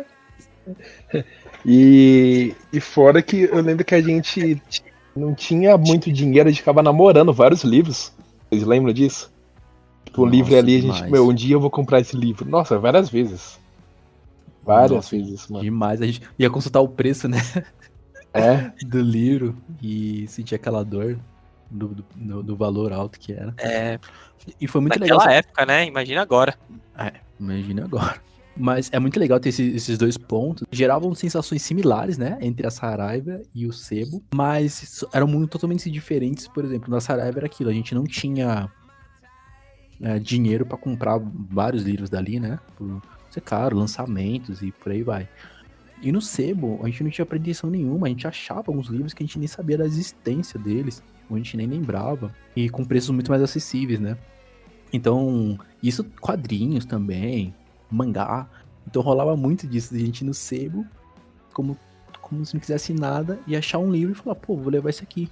E fora que eu lembro que a gente não tinha muito dinheiro, a gente ficava namorando vários livros. Vocês lembram disso? Tipo, um livro ali, demais. A gente, um dia eu vou comprar esse livro. Nossa, várias vezes. Várias vezes, mano. Demais, a gente ia consultar o preço, né? Do livro e sentir aquela dor do valor alto que era. E foi muito legal. Naquela época, né? Imagina agora. Imagina agora. Mas é muito legal ter esses dois pontos. Geravam sensações similares, né? Entre a Saraiva e o Sebo. Mas eram muito totalmente diferentes. Por exemplo, na Saraiva era aquilo. A gente não tinha dinheiro pra comprar vários livros dali, né? Por ser caro, lançamentos e por aí vai. E no Sebo, a gente não tinha pretensão nenhuma. A gente achava alguns livros que a gente nem sabia da existência deles. Ou a gente nem lembrava. E com preços muito mais acessíveis, né? Então, isso, quadrinhos também, mangá. Então rolava muito disso, de a gente ir no Sebo, como se não quisesse nada, e achar um livro e falar, pô, vou levar esse aqui.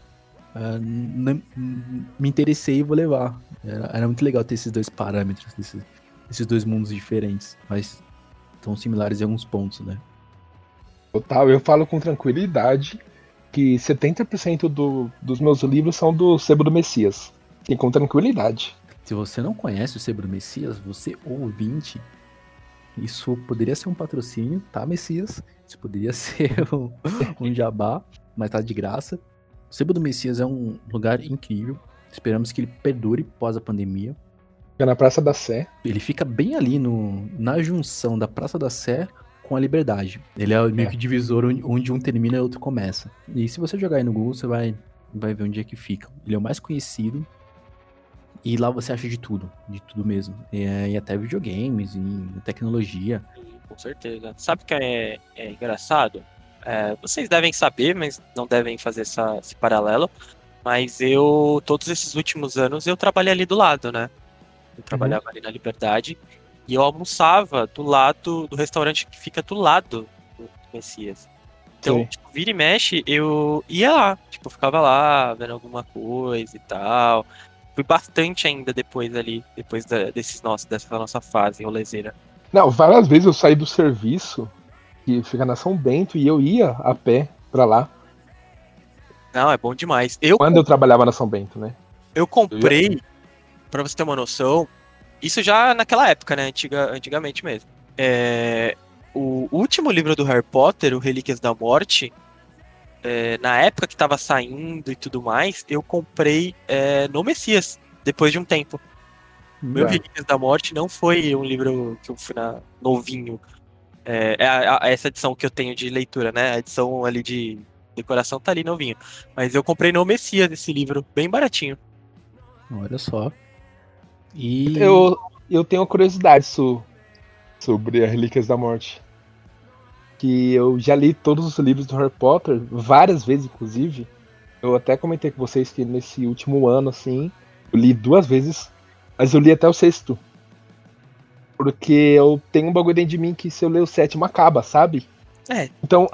Me interessei e vou levar. Era muito legal ter esses dois parâmetros, esses dois mundos diferentes, mas tão similares em alguns pontos, né? Total, eu falo com tranquilidade que 70% dos meus livros são do Sebo do Messias. E com tranquilidade. Se você não conhece o Sebo do Messias, você ouvinte, isso poderia ser um patrocínio, tá, Messias? Isso poderia ser um jabá, mas tá de graça. O Sebo do Messias é um lugar incrível. Esperamos que ele perdure pós a pandemia. Fica na Praça da Sé. Ele fica bem ali na junção da Praça da Sé com a Liberdade. Ele é meio que divisor onde um termina e o outro começa. E se você jogar aí no Google, você vai ver onde é que fica. Ele é o mais conhecido. E lá você acha de tudo mesmo. E até videogames, e tecnologia. Com certeza. Sabe o que é engraçado? Vocês devem saber, mas não devem fazer esse paralelo. Mas todos esses últimos anos, eu trabalhei ali do lado, né? Eu trabalhava ali na Liberdade. E eu almoçava do lado do restaurante que fica do lado do Messias. Então, tipo, vira e mexe, eu ia lá. Tipo, eu ficava lá, vendo alguma coisa e tal. Fui bastante ainda depois dessa nossa fase rolezeira. Não, várias vezes eu saí do serviço, que fica na São Bento, e eu ia a pé pra lá. Não, é bom demais. Quando eu trabalhava na São Bento, né? Eu comprei, pra você ter uma noção, isso já naquela época, né? Antigamente mesmo. O último livro do Harry Potter, o Relíquias da Morte, na época que tava saindo e tudo mais, eu comprei no Messias, depois de um tempo. Meu Relíquias da Morte não foi um livro que eu fui novinho. Essa edição que eu tenho de leitura, né? A edição ali de decoração tá ali novinho. Mas eu comprei no Messias esse livro, bem baratinho. Olha só. E eu tenho uma curiosidade sobre as Relíquias da Morte. Que eu já li todos os livros do Harry Potter, várias vezes, inclusive. Eu até comentei com vocês que nesse último ano, assim, eu li 2 vezes, mas eu li até o 6º. Porque eu tenho um bagulho dentro de mim que se eu ler o 7º acaba, sabe? Então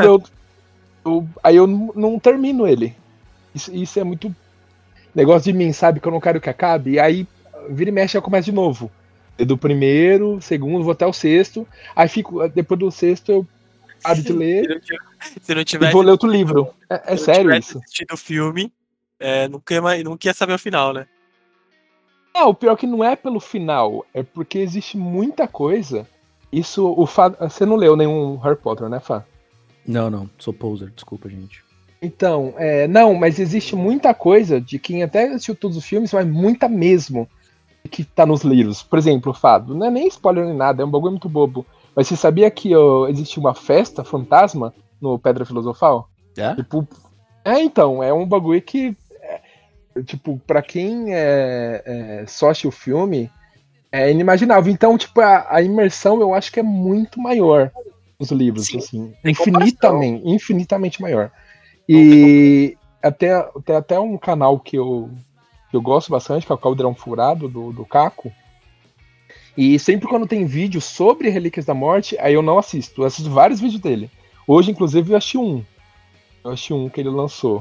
aí eu não termino ele. Isso é muito negócio de mim, sabe? Que eu não quero que acabe. E aí, vira e mexe, eu começo de novo. Do primeiro, segundo, vou até o 6º. Aí fico, depois do 6º, paro de ler Se não e tivesse vou ler outro livro. É sério isso. assistido o filme, nunca ia saber o final, né? O pior que não é pelo final, é porque existe muita coisa. Isso, você não leu nenhum Harry Potter, né, Fá? Não, sou poser, desculpa, gente. Então, não, mas existe muita coisa de quem até assistiu todos os filmes, mas muita mesmo que tá nos livros. Por exemplo, Fado, não é nem spoiler nem nada, é um bagulho muito bobo. Mas você sabia que existe uma festa fantasma no Pedra Filosofal? É? Tipo, então, é um bagulho que, tipo, pra quem só assistiu o filme, é inimaginável. Então, tipo, a imersão eu acho que é muito maior nos livros, Sim, assim, tem comparação. infinitamente maior. E tem até um canal que eu gosto bastante, que é o Caldeirão Furado, do Caco. E sempre quando tem vídeo sobre Relíquias da Morte, aí eu não assisto. Eu assisto vários vídeos dele. Hoje, inclusive, eu assisti um. Eu assisti um que ele lançou.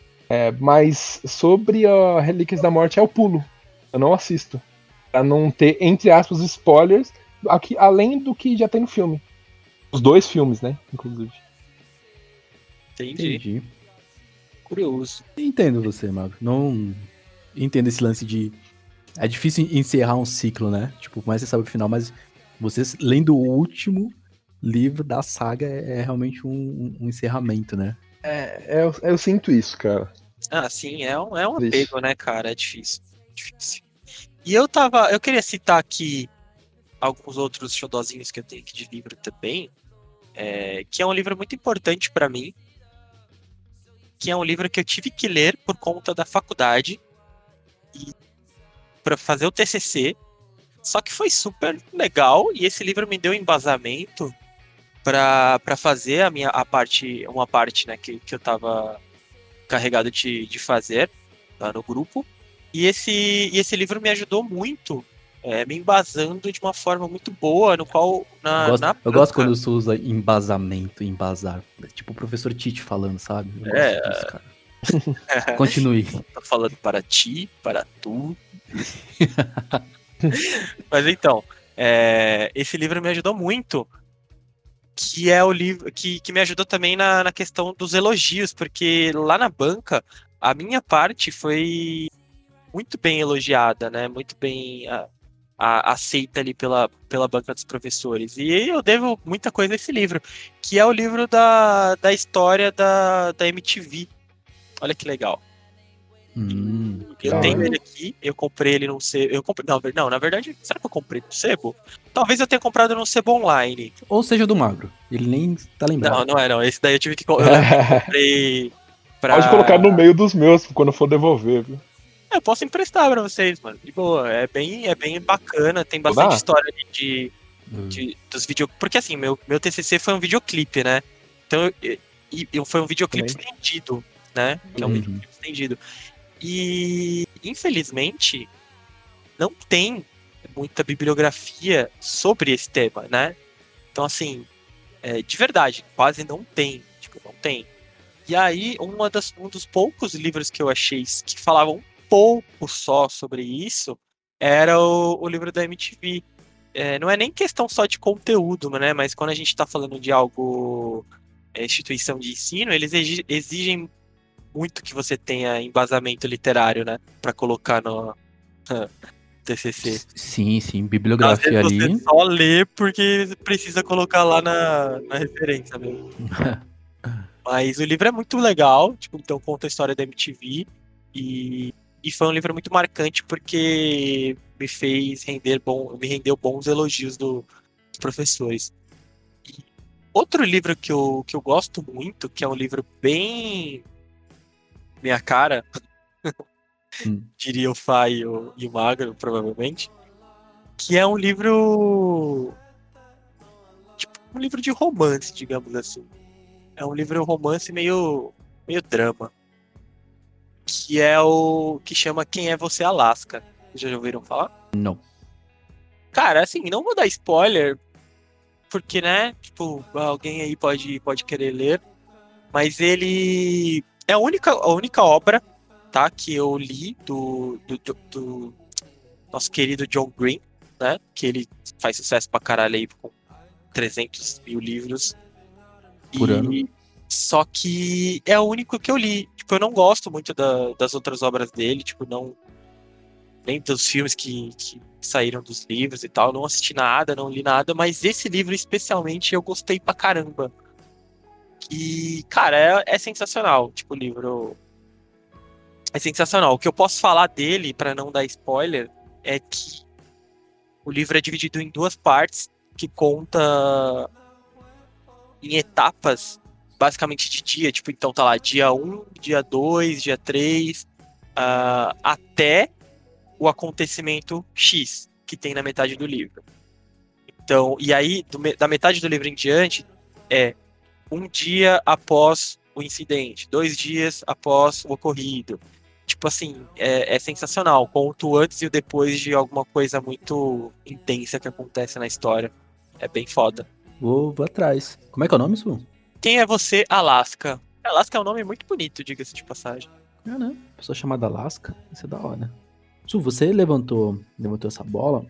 Mas sobre a Relíquias da Morte, eu pulo. Eu não assisto. Pra não ter, entre aspas, spoilers, aqui, além do que já tem no filme. Os 2 filmes, né? Inclusive. Entendi. Curioso. Entendo você, Mago. Não entendo esse lance de... É difícil encerrar um ciclo, né? Tipo, mais você sabe o final, mas você lendo o último livro da saga é realmente um encerramento, né? Eu sinto isso, cara. Ah, sim, é um Triste. apego, né, cara? É difícil. E eu queria citar aqui alguns outros xodozinhos que eu tenho aqui de livro também, que é um livro muito importante pra mim, que é um livro que eu tive que ler por conta da faculdade e para fazer o TCC. Só que foi super legal e esse livro me deu embasamento para fazer uma parte, né, que eu tava carregado de fazer lá no grupo. E esse livro me ajudou muito, me embasando de uma forma muito boa, no qual Eu gosto quando você usa embasamento, embasar. Tipo o professor Tite falando, sabe? Eu gosto disso, cara. Continue. Tô falando para ti, para tu. Mas então, esse livro me ajudou muito, que é o livro que me ajudou também na questão dos elogios, porque lá na banca, a minha parte foi muito bem elogiada, né? Muito bem aceita ali pela banca dos professores. E eu devo muita coisa a esse livro, que é o livro da história da MTV. Olha que legal. Eu tenho ele aqui, eu comprei ele num sebo. Não, na verdade, será que eu comprei no sebo? Talvez eu tenha comprado num sebo online. Ou seja, do Magro. Ele nem tá lembrado. Não é não. Esse daí eu tive que. Eu lembro que eu comprei pra. Pode colocar no meio dos meus quando eu for devolver, viu? Eu posso emprestar pra vocês, mano. De boa. É bem bacana. Tem bastante história ali dos vídeos. Porque assim, meu TCC foi um videoclipe, né? Então, foi um videoclipe estendido, né? Que é um videoclipe estendido. E, infelizmente, não tem muita bibliografia sobre esse tema, né? Então, assim, de verdade, quase não tem. Tipo, não tem. E aí, um dos poucos livros que eu achei que falavam um pouco só sobre isso era o livro da MTV. Não é nem questão só de conteúdo, né? Mas quando a gente tá falando de algo, instituição de ensino, eles exigem muito que você tenha embasamento literário, né? Pra colocar no TCC. Sim, bibliografia ali. Você só lê porque precisa colocar lá na referência mesmo. Mas o livro é muito legal, tipo, então conta a história da MTV e foi um livro muito marcante porque me rendeu bons elogios dos professores. E outro livro que eu gosto muito, que é um livro bem minha cara, diria o Fá e o Magro, provavelmente, que é um livro tipo um livro de romance, digamos assim. É um livro romance meio drama, que é o que chama Quem é Você, Alaska. Já ouviram falar? Não. Cara, assim, não vou dar spoiler, porque, né, tipo, alguém aí pode querer ler, mas ele é a única obra, tá, que eu li do nosso querido John Green, né, que ele faz sucesso pra caralho aí com 300 mil livros. Por ano. Só que é o único que eu li. Tipo, eu não gosto muito das outras obras dele, tipo, não. Nem dos filmes que saíram dos livros e tal. Não assisti nada, não li nada, mas esse livro especialmente eu gostei pra caramba. E, cara, é sensacional. Tipo, o livro é sensacional. O que eu posso falar dele, pra não dar spoiler, é que o livro é dividido em duas partes, que conta em etapas, basicamente de dia. Tipo, então tá lá, dia 1, dia 2, dia 3, até o acontecimento X, que tem na metade do livro. Então, e aí, da metade do livro em diante, é um dia após o incidente, 2 dias após o ocorrido. Tipo assim, é sensacional. Conta o antes e o depois de alguma coisa muito intensa que acontece na história. É bem foda. Vou atrás. Como é que é o nome, Su? Quem é você, Alaska? Alaska é um nome muito bonito, diga-se de passagem. Né? Pessoa chamada Alaska. Isso é da hora. Su, você levantou essa bola.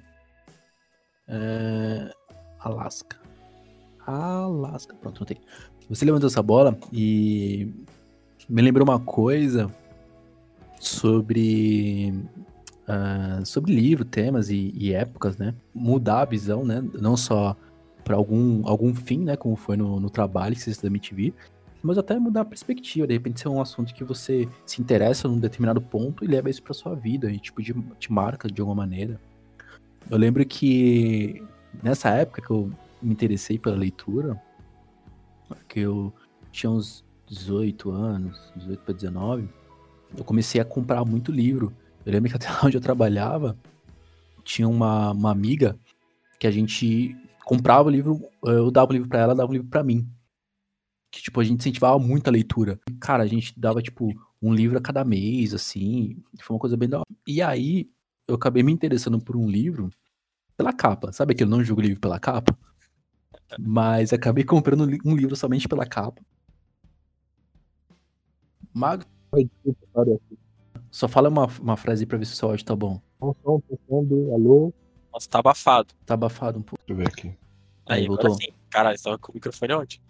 Alaska. Pronto, não tem. Você levantou essa bola e me lembrou uma coisa sobre livro, temas e épocas, né? Mudar a visão, né? Não só para algum fim, né? Como foi no trabalho que você está da MTV, mas até mudar a perspectiva. De repente, ser um assunto que você se interessa num determinado ponto e leva isso para sua vida e tipo te marca de alguma maneira. Eu lembro que nessa época que eu me interessei pela leitura, que eu tinha uns 18 anos, 18 para 19, eu comecei a comprar muito livro. Eu lembro que até onde eu trabalhava, tinha uma amiga que a gente comprava o livro, eu dava o livro pra ela, dava o livro pra mim. Que, tipo, a gente incentivava muito a leitura. Cara, a gente dava, tipo, um livro a cada mês, assim, foi uma coisa bem da hora. E aí, eu acabei me interessando por um livro pela capa. Sabe que eu não julgo livro pela capa? Mas acabei comprando um livro somente pela capa. Mago, só fala uma frase aí pra ver se o seu áudio tá bom. Alô? Nossa, tá abafado. Tá abafado um pouco. Deixa eu ver aqui. Aí, voltou. agora sim. Caralho, você tava com o microfone onde?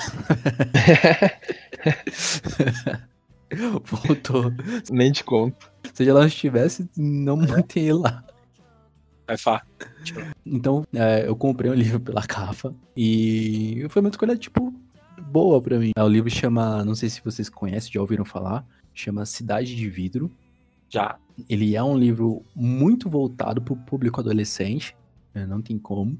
Voltou. Nem te conto. Seja lá onde estivesse, não mantém ele lá. Vai, Fá. Então, eu comprei um livro pela capa e foi uma escolha, tipo, boa pra mim. O livro chama, não sei se vocês conhecem, já ouviram falar, chama Cidade de Vidro. Já. Ele é um livro muito voltado pro público adolescente, né, não tem como.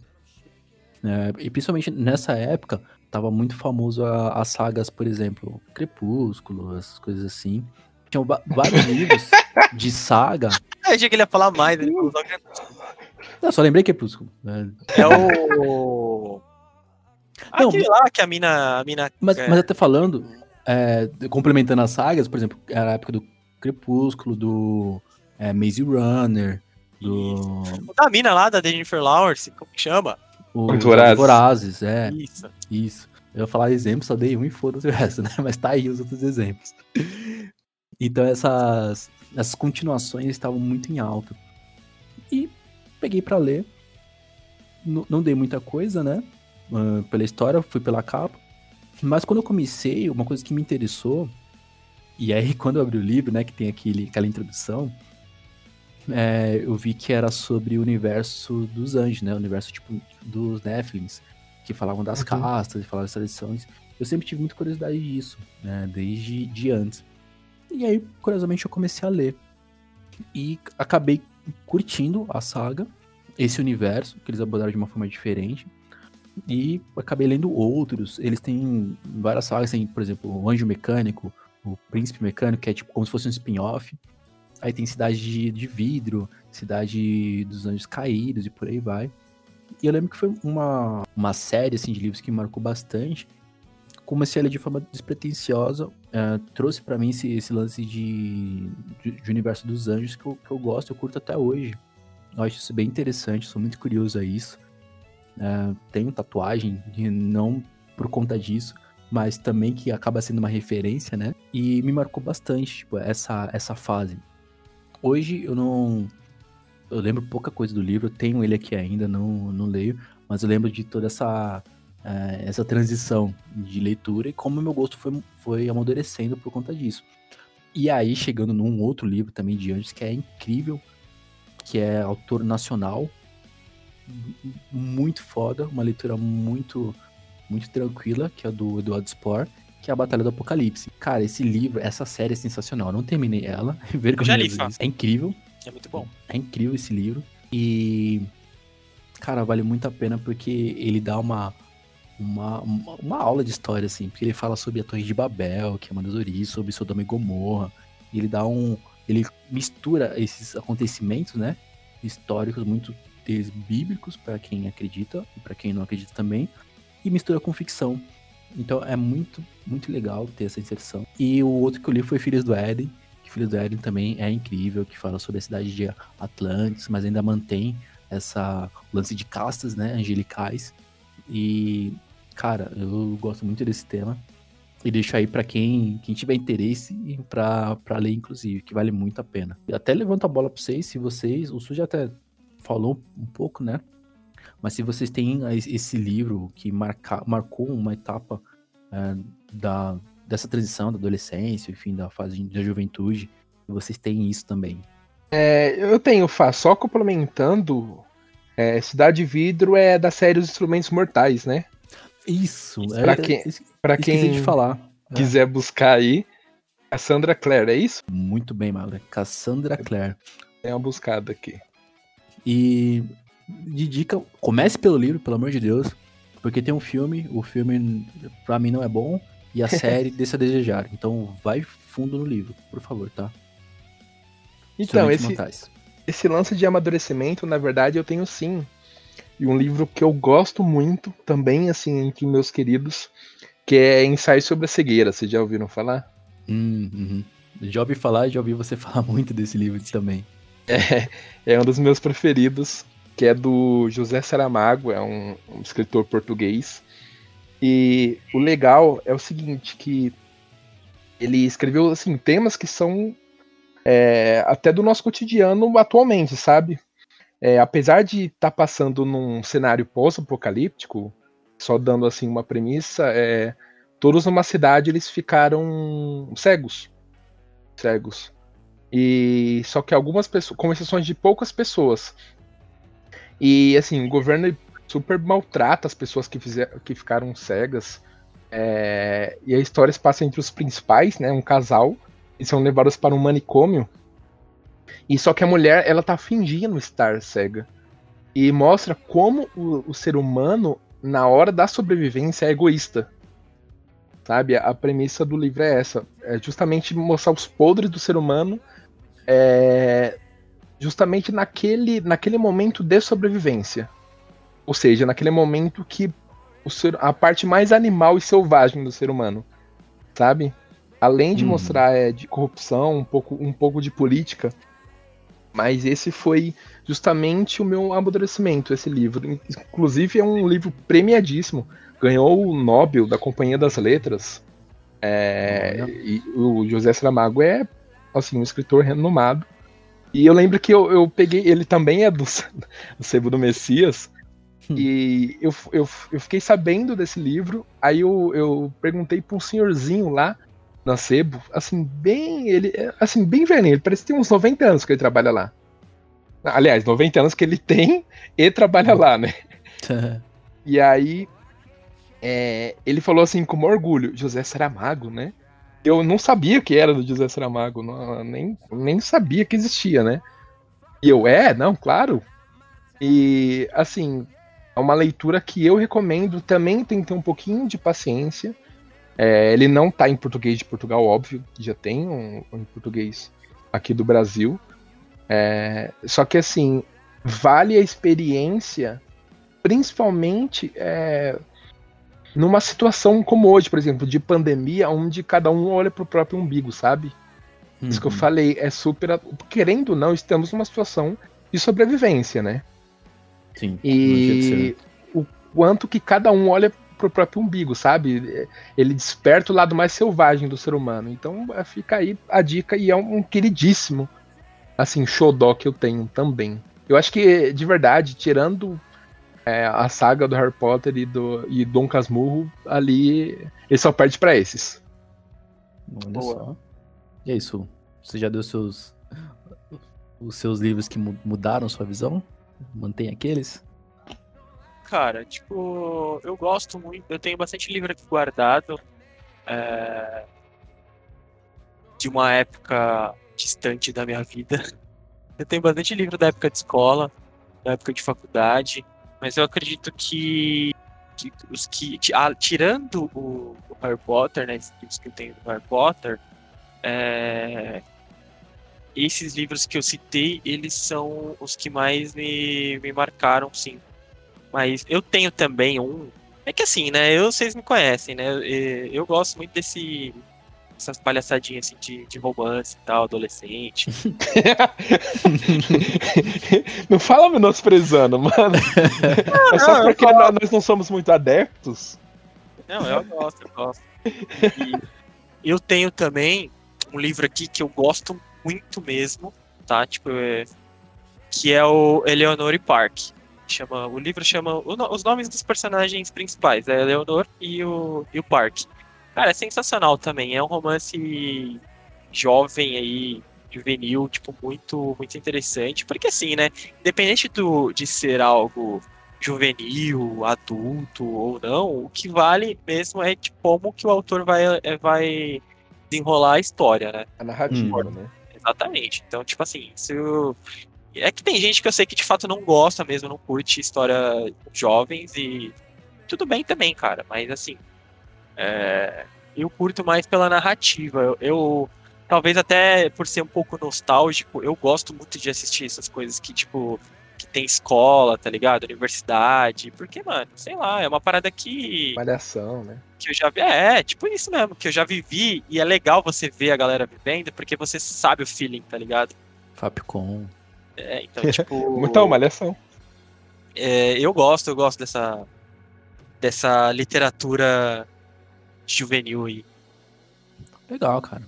E principalmente nessa época, tava muito famoso as sagas, por exemplo, Crepúsculo, essas coisas assim. Tinham vários livros de saga. Eu achei que ele ia falar mais, ele falou só Crepúsculo. Não, só lembrei Crepúsculo. É o... Não, aquele lá que a mina mas até falando, complementando as sagas, por exemplo, era a época do Crepúsculo, do Maze Runner, do... O da mina lá, da Jennifer Lawrence, como que chama? Os Vorazes. Vorazes, Isso. Eu ia falar exemplos, só dei um e foda-se o resto, né? Mas tá aí os outros exemplos. Então essas continuações estavam muito em alta. E peguei pra ler. Não dei muita coisa, né? Pela história, fui pela capa. Mas quando eu comecei, uma coisa que me interessou, e aí quando eu abri o livro, né, que tem aquela introdução, eu vi que era sobre o universo dos anjos, né? O universo, tipo, dos Nephilims, que falavam das castas, falavam das tradições. Eu sempre tive muita curiosidade disso, né? Desde antes. E aí, curiosamente, eu comecei a ler. E acabei curtindo a saga, esse universo, que eles abordaram de uma forma diferente. E acabei lendo outros. Eles têm várias sagas, tem, por exemplo, o Anjo Mecânico, o Príncipe Mecânico, que é tipo como se fosse um spin-off. Aí tem Cidade de Vidro, Cidade dos Anjos Caídos e por aí vai. E eu lembro que foi uma série assim, de livros que me marcou bastante. Comecei a ler de forma despretensiosa, trouxe pra mim esse lance de universo dos anjos que eu gosto, eu curto até hoje. Eu acho isso bem interessante, sou muito curioso a isso. Tenho tatuagem, não por conta disso, mas também que acaba sendo uma referência, né? E me marcou bastante, tipo, essa fase. Hoje eu lembro pouca coisa do livro, eu tenho ele aqui ainda, não leio, mas eu lembro de toda essa essa transição de leitura e como meu gosto foi amadurecendo por conta disso. E aí, chegando num outro livro também de anjos, que é incrível, que é autor nacional, muito foda, uma leitura muito, muito tranquila, que é do Eduardo Spohr, que é a Batalha do Apocalipse. Cara, esse livro, essa série é sensacional. Eu não terminei ela. Eu já li, É incrível. É muito bom. É incrível esse livro. E, cara, vale muito a pena porque ele dá uma aula de história, assim. Porque ele fala sobre a Torre de Babel, que é uma das origens, sobre Sodoma e Gomorra. E ele ele mistura esses acontecimentos, né? Históricos, muito bíblicos, para quem acredita e para quem não acredita também. E mistura com ficção. Então é muito, muito legal ter essa inserção. E o outro que eu li foi Filhos do Éden, que Filhos do Éden também é incrível, que fala sobre a cidade de Atlantis, mas ainda mantém essa lance de castas, né, angelicais. E, cara, eu gosto muito desse tema. E deixo aí pra quem tiver interesse pra ler, inclusive, que vale muito a pena. E até levanto a bola pra vocês, o Su já até falou um pouco, né? Mas se vocês têm esse livro que marcou uma etapa dessa transição da adolescência, enfim, da fase da juventude, vocês têm isso também. Eu tenho, só complementando, Cidade de Vidro é da série Os Instrumentos Mortais, né? Isso, pra quem de falar. Quiser buscar aí, Cassandra Clare, é isso? Muito bem, Mauro. Cassandra Clare. Tem uma buscada aqui. E de dica, comece pelo livro, pelo amor de Deus, porque tem um filme, o filme pra mim não é bom, e a série deixa a desejar. Então vai fundo no livro, por favor, tá? Então, esse lance de amadurecimento, na verdade, eu tenho sim. E um livro que eu gosto muito, também, assim, entre meus queridos, que é Ensaio sobre a Cegueira. Vocês já ouviram falar? Já ouvi falar e já ouvi você falar muito desse livro também. É um dos meus preferidos, que é do José Saramago, é um escritor português. E o legal é o seguinte, que ele escreveu assim, temas que são até do nosso cotidiano atualmente, sabe? Apesar de estar passando num cenário pós-apocalíptico, só dando assim uma premissa, todos numa cidade eles ficaram cegos. E só que algumas pessoas, com exceções de poucas pessoas. E assim, o governo super maltrata as pessoas que ficaram cegas. E a história se passa entre os principais, né? Um casal, e são levados para um manicômio. E só que a mulher, ela tá fingindo estar cega. E mostra como o ser humano, na hora da sobrevivência, é egoísta. Sabe? A premissa do livro é essa. É justamente mostrar os podres do ser humano, justamente naquele momento de sobrevivência. Ou seja, naquele momento que a parte mais animal e selvagem do ser humano. Sabe? Além de mostrar de corrupção, um pouco de política. Mas esse foi justamente o meu amadurecimento, esse livro. Inclusive é um livro premiadíssimo. Ganhou o Nobel da Companhia das Letras. E o José Saramago é assim, um escritor renomado. E eu lembro que eu peguei... Ele também é do Sebo do Messias. E eu fiquei sabendo desse livro. Aí eu perguntei para um senhorzinho lá na Sebo, assim, bem velhinho, ele parece que tem uns 90 anos que ele trabalha lá. Aliás, 90 anos que ele tem e trabalha lá, né? E aí, ele falou assim, com orgulho, José Saramago, né? Eu não sabia que era do José Saramago, nem sabia que existia, né? E eu, não, claro. E, assim, é uma leitura que eu recomendo, também tem que ter um pouquinho de paciência. Ele não tá em português de Portugal, óbvio, já tem um em português aqui do Brasil. Só que assim, vale a experiência, principalmente numa situação como hoje, por exemplo, de pandemia, onde cada um olha pro próprio umbigo, sabe? Isso que eu falei, querendo ou não, estamos numa situação de sobrevivência, né? Sim. E o quanto que cada um olha pro próprio umbigo, sabe? Ele desperta o lado mais selvagem do ser humano. Então fica aí a dica, e é um queridíssimo, assim, xodó que eu tenho também. Eu acho que, de verdade, tirando a saga do Harry Potter e Dom Casmurro ali, ele só perde pra esses. Olha só. E é isso. Você já deu os seus livros que mudaram sua visão? Mantém aqueles? Cara, tipo, eu gosto muito, eu tenho bastante livro aqui guardado de uma época distante da minha vida. Eu tenho bastante livro da época de escola, da época de faculdade, mas eu acredito que tirando o Harry Potter, né, esses livros que eu tenho do Harry Potter, esses livros que eu citei, eles são os que mais me marcaram, sim. Mas eu tenho também é que assim, né, vocês me conhecem, né, eu gosto muito essas palhaçadinhas assim de romance e tal, adolescente. Não fala menosprezando, mano. É só porque nós não somos muito adeptos. Não, eu gosto. E eu tenho também um livro aqui que eu gosto muito mesmo, tá? Tipo, que é o Eleanor e Park. O livro chama os nomes dos personagens principais, é Eleanor e o Park. Cara, é sensacional também. É um romance jovem aí, juvenil, tipo, muito, muito interessante. Porque assim, né? Independente de ser algo juvenil, adulto ou não, o que vale mesmo é tipo, como que o autor vai desenrolar a história, né? A narrativa, né? Exatamente. Então, tipo assim, é que tem gente que eu sei que de fato não gosta mesmo, não curte história jovens e tudo bem também, cara. Mas assim, eu curto mais pela narrativa. Eu talvez até por ser um pouco nostálgico, eu gosto muito de assistir essas coisas que, tipo, que tem escola, tá ligado? Universidade. Porque, mano, sei lá, é uma parada que. Malhação, né? Que eu já vi. Tipo isso mesmo, que eu já vivi e é legal você ver a galera vivendo, porque você sabe o feeling, tá ligado? Fapcom. Então, tipo. Então, malhação. Eu gosto dessa literatura juvenil aí. Legal, cara.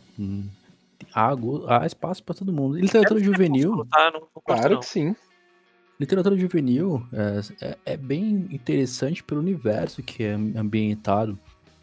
Há espaço pra todo mundo. E literatura juvenil. Claro que sim. Literatura juvenil é bem interessante pelo universo que é ambientado.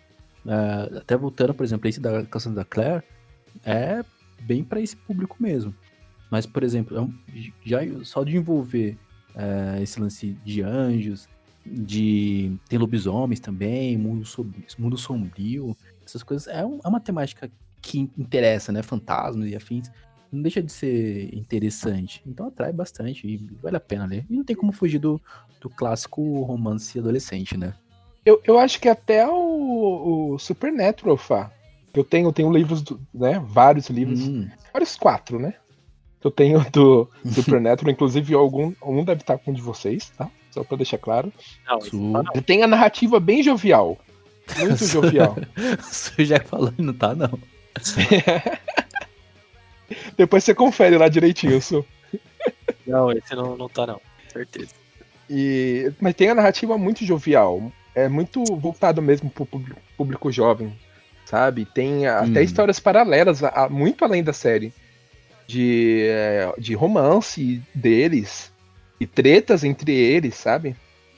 Até voltando, por exemplo, esse da Canção da Claire é bem para esse público mesmo. Mas, por exemplo, já só de envolver esse lance de anjos, tem lobisomens também, mundo sombrio, essas coisas, é uma temática que interessa, né? Fantasmas e afins. Não deixa de ser interessante. Então atrai bastante e vale a pena ler. E não tem como fugir do clássico romance adolescente, né? Eu acho que até o Supernatural, Fá. Eu tenho livros, né? Vários livros. Vários 4, né? Eu tenho do Supernatural, inclusive um deve estar com um de vocês, tá? Só pra deixar claro. Não. Tem a narrativa bem jovial. Muito jovial. Você já falou e não tá, não. Depois você confere lá direitinho, Su. Não, esse não tá, não. Certeza. Mas tem a narrativa muito jovial. É muito voltado mesmo pro público jovem, sabe? Tem até histórias paralelas, muito além da série. De romance deles. E tretas entre eles, sabe?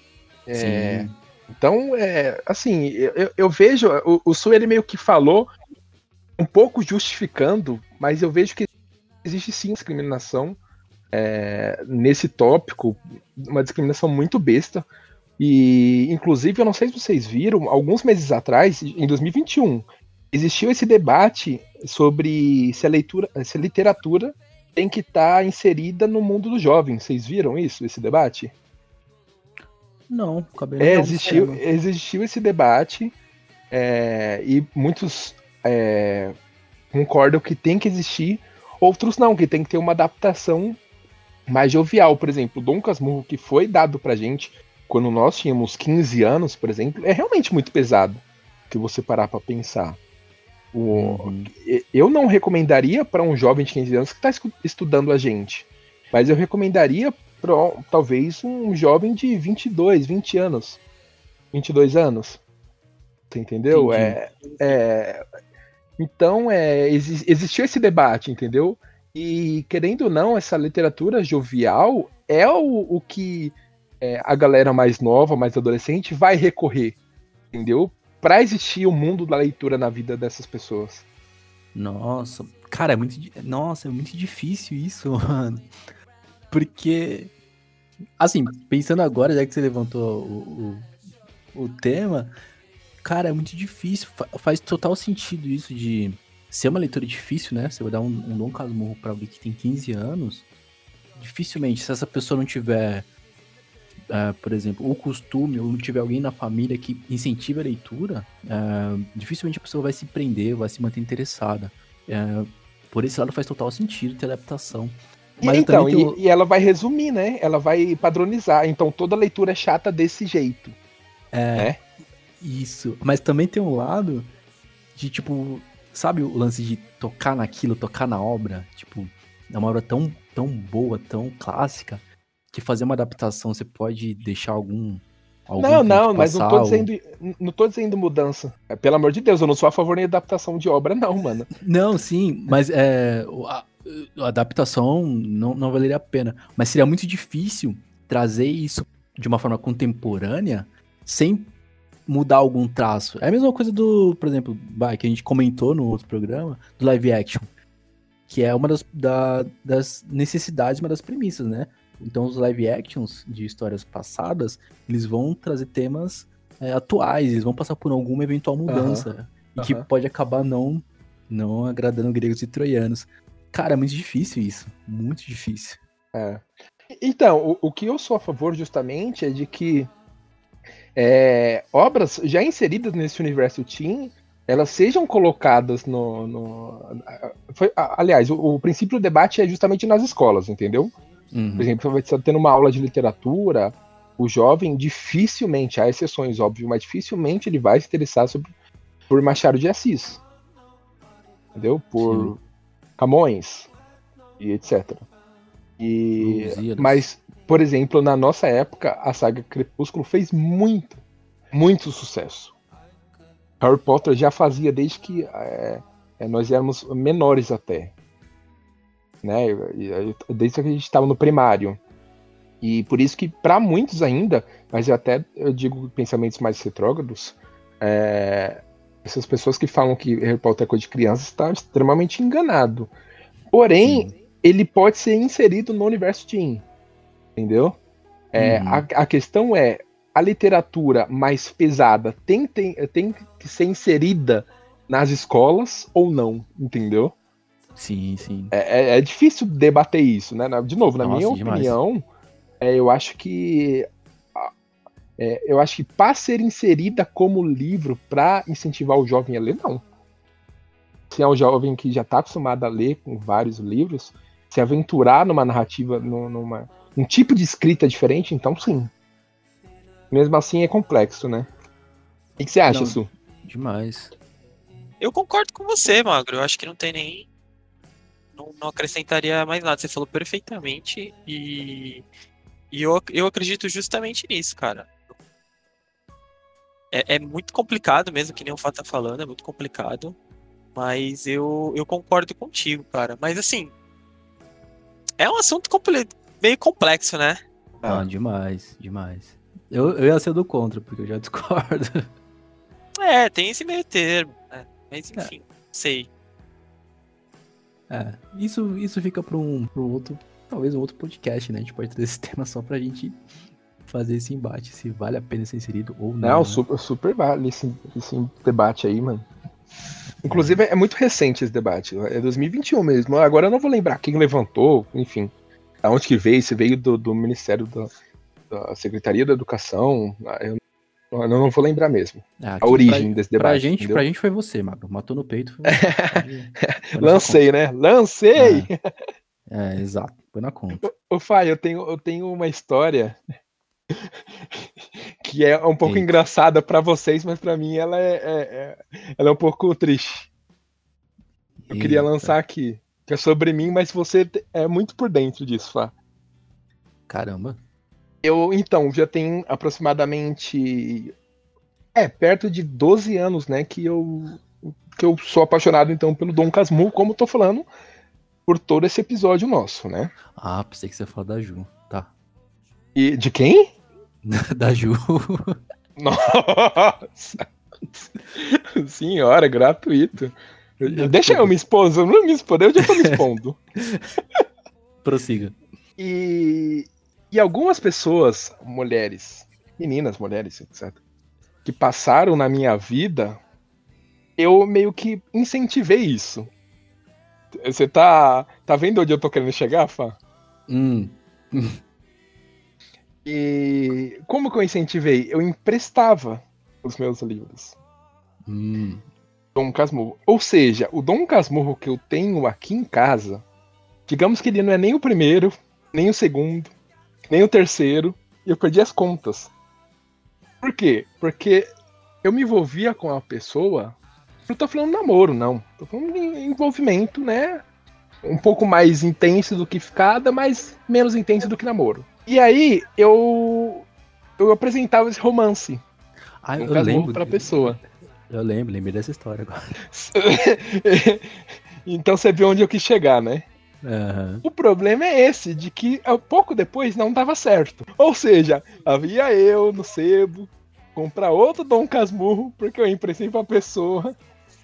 Então, assim, eu vejo... O Su, ele meio que falou um pouco justificando, mas eu vejo que existe sim discriminação nesse tópico, uma discriminação muito besta. E, inclusive, eu não sei se vocês viram, alguns meses atrás, em 2021, existiu esse debate sobre se a literatura tem que estar inserida no mundo do jovem. Vocês viram isso, esse debate? Não, acabei existiu esse debate e muitos concordam que tem que existir, outros não, que tem que ter uma adaptação mais jovial. Por exemplo, Dom Casmurro, que foi dado pra gente quando nós tínhamos 15 anos, por exemplo, é realmente muito pesado, se você parar pra pensar. Eu não recomendaria para um jovem de 15 anos que está estudando a gente, mas eu recomendaria para talvez um jovem de 22 anos. Você entendeu? Então, existiu esse debate, entendeu? E, querendo ou não, essa literatura jovial é o que a galera mais nova, mais adolescente, vai recorrer, entendeu? Pra existir o mundo da leitura na vida dessas pessoas. Nossa, cara, é muito difícil isso, mano. Porque, assim, pensando agora, já que você levantou o tema, cara, é muito difícil. Faz total sentido isso de ser uma leitura difícil, né? Você vai dar um Dom Casmurro pra alguém que tem 15 anos. Dificilmente, se essa pessoa não tiver, por exemplo, o costume, ou não tiver alguém na família que incentive a leitura, dificilmente a pessoa vai se prender, vai se manter interessada. Por esse lado faz total sentido ter adaptação. Mas então, e ela vai resumir, né? Ela vai padronizar. Então toda leitura é chata desse jeito. Né? Isso. Mas também tem um lado de, tipo, sabe o lance de tocar naquilo, tocar na obra? Tipo, é uma obra tão, tão boa, tão clássica, que fazer uma adaptação você pode deixar algum não, mas não tô dizendo mudança. Pelo amor de Deus, eu não sou a favor de adaptação de obra, não, mano. Não, sim, mas a adaptação não valeria a pena. Mas seria muito difícil trazer isso de uma forma contemporânea sem mudar algum traço. É a mesma coisa do, por exemplo, que a gente comentou no outro programa, do live action, que é uma das necessidades, uma das premissas, né? Então os live actions de histórias passadas, eles vão trazer temas atuais, eles vão passar por alguma eventual mudança, e que pode acabar não agradando gregos e troianos. Cara, é muito difícil isso, muito difícil. Então, o que eu sou a favor justamente é de que obras já inseridas nesse universo teen, elas sejam colocadas aliás, o princípio do debate é justamente nas escolas, entendeu? Por exemplo, você vai estar tendo uma aula de literatura, o jovem dificilmente, há exceções, óbvio, mas dificilmente ele vai se interessar por Machado de Assis. Entendeu? Por Camões e etc. Mas, por exemplo, na nossa época, a saga Crepúsculo fez muito, muito sucesso. Harry Potter já fazia desde que nós éramos menores até. Né? Desde que a gente estava no primário. E por isso que, para muitos ainda, mas eu digo pensamentos mais retrógrados, essas pessoas que falam que Harry Potter é coisa de criança estão extremamente enganado. Porém, ele pode ser inserido no universo teen. Entendeu? A questão é, a literatura mais pesada tem que ser inserida nas escolas ou não, entendeu? Sim, sim. É difícil debater isso, né? De novo, na minha opinião, eu acho que para ser inserida como livro para incentivar o jovem a ler, não. Se é um jovem que já está acostumado a ler com vários livros, se aventurar numa narrativa, num tipo de escrita diferente, então sim. Mesmo assim é complexo, né? O que você acha, Su? Demais. Eu concordo com você, Magro. Eu acho que não tem nem... Não acrescentaria mais nada. Você falou perfeitamente e eu acredito justamente nisso, cara. É muito complicado mesmo, que nem o Fá tá falando, é muito complicado. Mas eu concordo contigo, cara. Mas assim, é um assunto meio complexo, né? Não, demais. Eu ia ser do contra, porque eu já discordo. Tem esse meio termo, né? Mas enfim, sei. Isso fica para um outro, talvez um outro podcast, né? A gente pode trazer esse tema só pra gente fazer esse embate, se vale a pena ser inserido ou não. Não, né? super vale esse debate aí, mano. Inclusive, é muito recente esse debate, é 2021 mesmo. Agora eu não vou lembrar quem levantou, enfim, aonde que veio, se veio do Ministério da Secretaria da Educação, eu não vou lembrar mesmo. A origem desse debate. Pra gente foi você, Magro. Matou no peito. Lancei, né? Lancei! Exato. Foi na conta. Ô, Fai, eu tenho uma história que é um pouco engraçada pra vocês, mas pra mim ela é um pouco triste. Eu queria lançar aqui, que é sobre mim, mas você é muito por dentro disso, Fá. Caramba. Eu, então, já tenho aproximadamente perto de 12 anos, né, que eu sou apaixonado, então, pelo Dom Casmurro, como eu tô falando por todo esse episódio nosso, né? Pensei que você ia falar da Ju, tá. E de quem? Da Ju. Nossa! Senhora, gratuito. Deixa eu me expor, eu não me expor, eu já tô me expondo. Prossiga. E algumas pessoas, mulheres, meninas, mulheres, etc., que passaram na minha vida, eu meio que incentivei isso. Você tá vendo onde eu tô querendo chegar, Fá? E como que eu incentivei? Eu emprestava os meus livros. Dom Casmurro. Ou seja, o Dom Casmurro que eu tenho aqui em casa, digamos que ele não é nem o primeiro, nem o segundo, nem o terceiro, e eu perdi as contas. Por quê? Porque eu me envolvia com a pessoa, não tô falando namoro, não. Tô falando de envolvimento, né? Um pouco mais intenso do que ficada, mas menos intenso do que namoro. E aí, eu apresentava esse romance. Eu lembro. Pra pessoa. Eu lembrei dessa história agora. Então você viu onde eu quis chegar, né? Uhum. O problema é esse, de que pouco depois não dava certo. Ou seja, havia eu no sebo comprar outro Dom Casmurro, porque eu emprestei pra pessoa.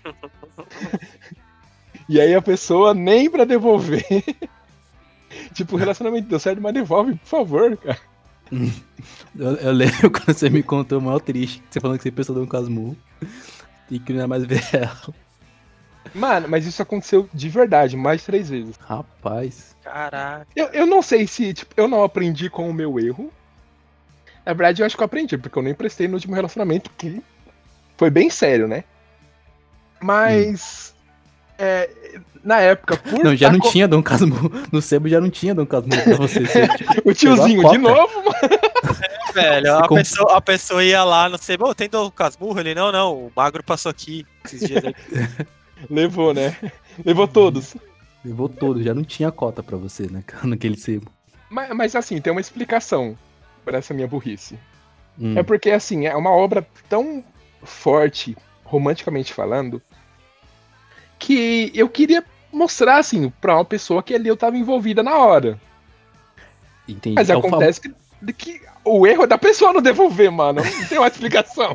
E aí a pessoa nem pra devolver. Tipo, o relacionamento deu certo, mas devolve, por favor, cara. Eu lembro quando você me contou, mal triste, você falando que você pensou Dom Casmurro e que não é mais ver ela. Mano, mas isso aconteceu de verdade, mais 3 vezes. Rapaz. Caraca. Eu não sei se, tipo, eu não aprendi com o meu erro. Na verdade, eu acho que eu aprendi, porque eu nem prestei no último relacionamento, que foi bem sério, né? Mas... na época, Não, já não tinha Dom Casmurro. No sebo já não tinha Dom Casmurro pra você. O tiozinho, de novo, mano. Velho, a pessoa ia lá, não sei, tem Dom Casmurro? Ele, não, o Magro passou aqui esses dias aí. Levou, né? Levou todos. Levou todos, já não tinha cota pra você, né? Naquele sebo. Mas assim, tem uma explicação pra essa minha burrice. É porque, assim, é uma obra tão forte, romanticamente falando, que eu queria mostrar, assim, pra uma pessoa que ali eu tava envolvida na hora. Entendi. Mas acontece que o erro é da pessoa não devolver, mano. Não tem uma explicação.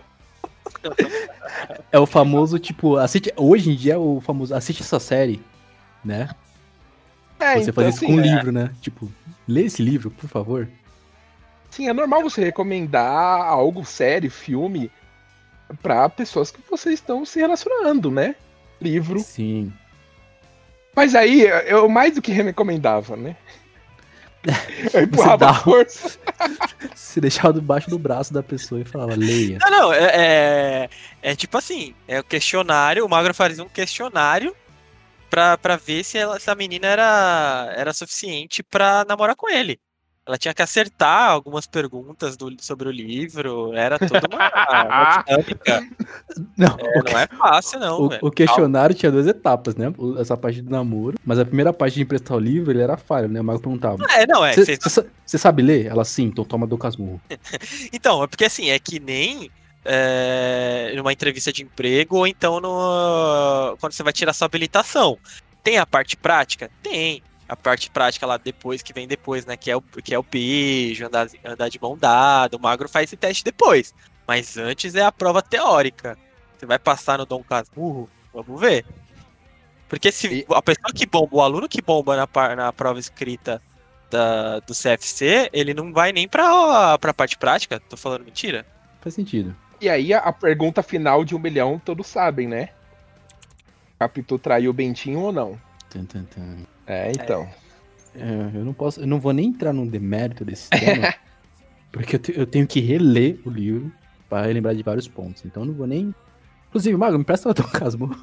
É o famoso, tipo, hoje em dia é o famoso assiste essa série, né? Você então, faz isso com um livro, né? Tipo, lê esse livro, por favor. Sim, é normal você recomendar algo sério, filme, pra pessoas que vocês estão se relacionando, né? Livro. Sim. Mas aí, eu mais do que recomendava, né? Eu empurrava a força. Você deixava debaixo do braço da pessoa e falava, leia. Não, é tipo assim, é o questionário, o Magro fazia um questionário pra ver se essa menina era suficiente pra namorar com ele. Ela tinha que acertar algumas perguntas sobre o livro, era toda uma dinâmica. Não é fácil, não, velho. O questionário tinha 2 etapas, né? Essa parte do namoro, mas a primeira parte de emprestar o livro, ele era falho, né? O Mago perguntava. Você sabe ler? Ela, sim, então toma Dom Casmurro. Então, é porque assim, é que nem numa entrevista de emprego, ou então quando você vai tirar sua habilitação. Tem a parte prática? Tem. A parte prática lá que vem depois, né? Que é o beijo, andar de mão dada. O Magro faz esse teste depois. Mas antes é a prova teórica. Você vai passar no Dom Casmurro? Vamos ver. Porque se a pessoa que bomba, o aluno que bomba na prova escrita do CFC, ele não vai nem pra parte prática. Tô falando mentira? Faz sentido. E aí a pergunta final de 1 milhão, todos sabem, né? Capitu traiu o Bentinho ou não? Então. Eu não vou nem entrar no demérito desse tema, porque eu tenho que reler o livro para lembrar de vários pontos. Então eu não vou nem... Inclusive, Mago, me presta o Dom Casmurro.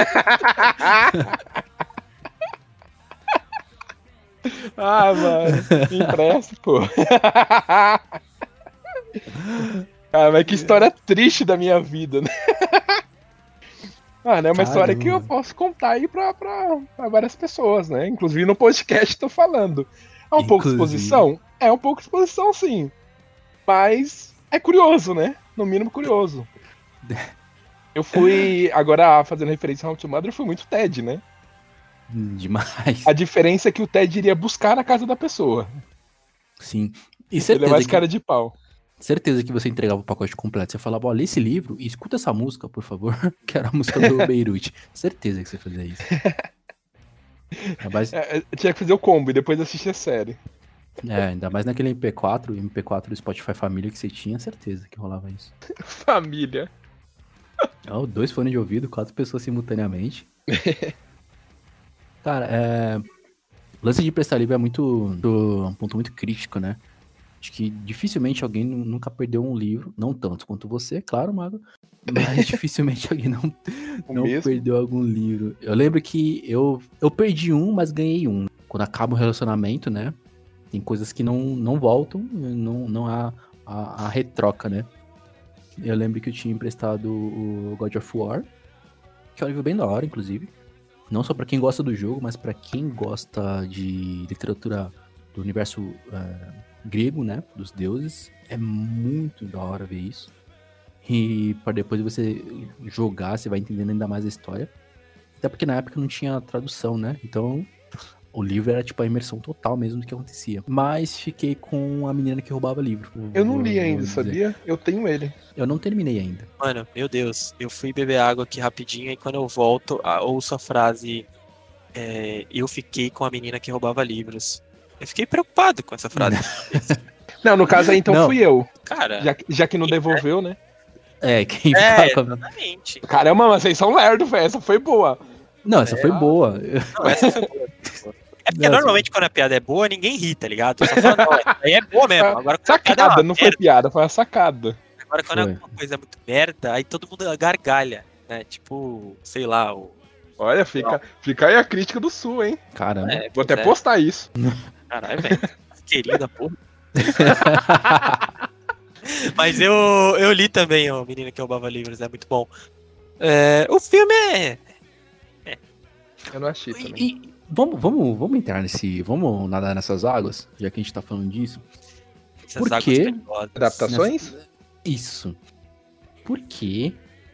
Mano, me empresta, pô. Mas que história triste da minha vida, né? É uma história que eu posso contar aí pra várias pessoas, né? Inclusive no podcast tô falando. É um pouco de exposição? É um pouco de exposição, sim. Mas é curioso, né? No mínimo curioso. Eu fui, agora fazendo referência ao How to Mother, eu fui muito Ted, né? Demais. A diferença é que o Ted iria buscar na casa da pessoa. Sim. E certeza ele é mais cara de pau. Certeza que você entregava o pacote completo. Você falava, ó, lê esse livro e escuta essa música, por favor, que era a música do Beirute. Certeza que você fazia isso. Mas, Tinha que fazer o combo e depois assistir a série. ainda mais naquele MP4 do Spotify Família que você tinha, certeza que rolava isso. Família. 2 fones de ouvido, 4 pessoas simultaneamente. Cara, o lance de emprestar livro é um ponto muito crítico, né? Acho que dificilmente alguém nunca perdeu um livro, não tanto quanto você, claro, Mago, mas dificilmente alguém não perdeu algum livro. Eu lembro que eu perdi um, mas ganhei um. Quando acaba o relacionamento, né? Tem coisas que não voltam, não há a retroca, né? Eu lembro que eu tinha emprestado o God of War, que é um livro bem da hora, inclusive. Não só pra quem gosta do jogo, mas pra quem gosta de literatura do universo grego, né? Dos deuses. É muito da hora ver isso. E para depois você jogar, você vai entendendo ainda mais a história. Até porque na época não tinha tradução, né? Então o livro era tipo a imersão total mesmo do que acontecia. Mas fiquei com a menina que roubava livro. Eu não li ainda, sabia? Eu tenho ele. Eu não terminei ainda. Mano, meu Deus, eu fui beber água aqui rapidinho e quando eu volto, ouço a frase eu fiquei com a menina que roubava livros. Eu fiquei preocupado com essa frase. Não, no caso aí então fui eu. Cara, já que não devolveu, né? Quem ficar com a... Exatamente. Caramba, mas vocês são lerdos, velho. Essa foi boa. Não, essa foi boa. Não, essa foi boa. É porque normalmente quando a piada é boa, ninguém ri, tá ligado? Só fala, não, aí é boa mesmo. Agora, sacada, não foi piada, foi uma sacada. Agora quando é alguma coisa muito merda, aí todo mundo gargalha, né? Tipo, sei lá, Olha, fica aí a crítica do Sul, hein? Caramba. Vou até postar isso. Caralho, velho. Querida, porra. Mas eu li também, ó, Menina que Roubava Livros, é muito bom. O filme Eu não achei também. Vamos entrar vamos nadar nessas águas, já que a gente tá falando disso. Por quê? Adaptações? Isso. Por quê?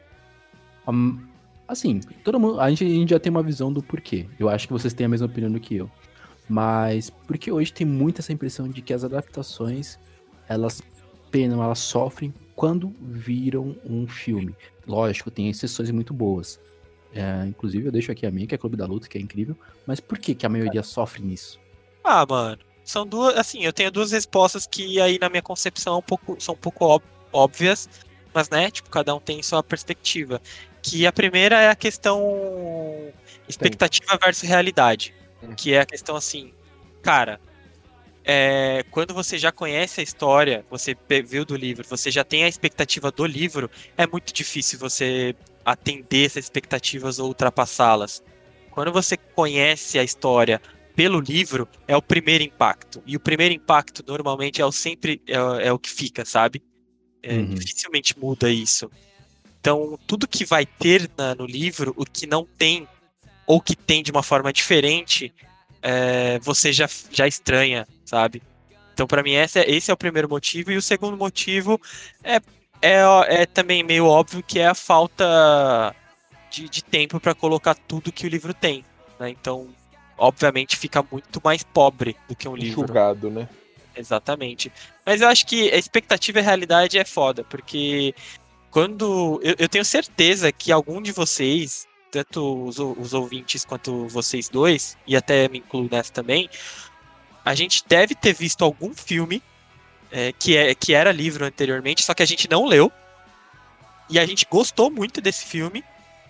Assim, todo mundo, a gente já tem uma visão do porquê. Eu acho que vocês têm a mesma opinião do que eu. Mas porque hoje tem muito essa impressão de que as adaptações, elas penam, elas sofrem quando viram um filme. Lógico, tem exceções muito boas. Inclusive, eu deixo aqui a minha, que é Clube da Luta, que é incrível. Mas por que a maioria sofre nisso? Mano, são duas, assim, eu tenho duas respostas que aí na minha concepção são um pouco óbvias, mas, né, tipo, cada um tem sua perspectiva. Que a primeira é a questão expectativa versus realidade. Que é a questão assim, cara, quando você já conhece a história, você viu do livro, você já tem a expectativa do livro, é muito difícil você atender essas expectativas ou ultrapassá-las. Quando você conhece a história pelo livro, é o primeiro impacto. E o primeiro impacto, normalmente, é o que fica, sabe? Dificilmente muda isso. Então, tudo que vai ter no livro, o que não tem, ou que tem de uma forma diferente, você já estranha, sabe? Então, pra mim, esse é o primeiro motivo. E o segundo motivo é também meio óbvio, que é a falta de tempo para colocar tudo que o livro tem, né? Então, obviamente, fica muito mais pobre do que um livro. Enxugado, né? Exatamente. Mas eu acho que a expectativa e a realidade é foda, porque quando... Eu tenho certeza que algum de vocês, tanto os ouvintes quanto vocês dois, e até me incluo nessa também, a gente deve ter visto algum filme que era livro anteriormente, só que a gente não leu, e a gente gostou muito desse filme,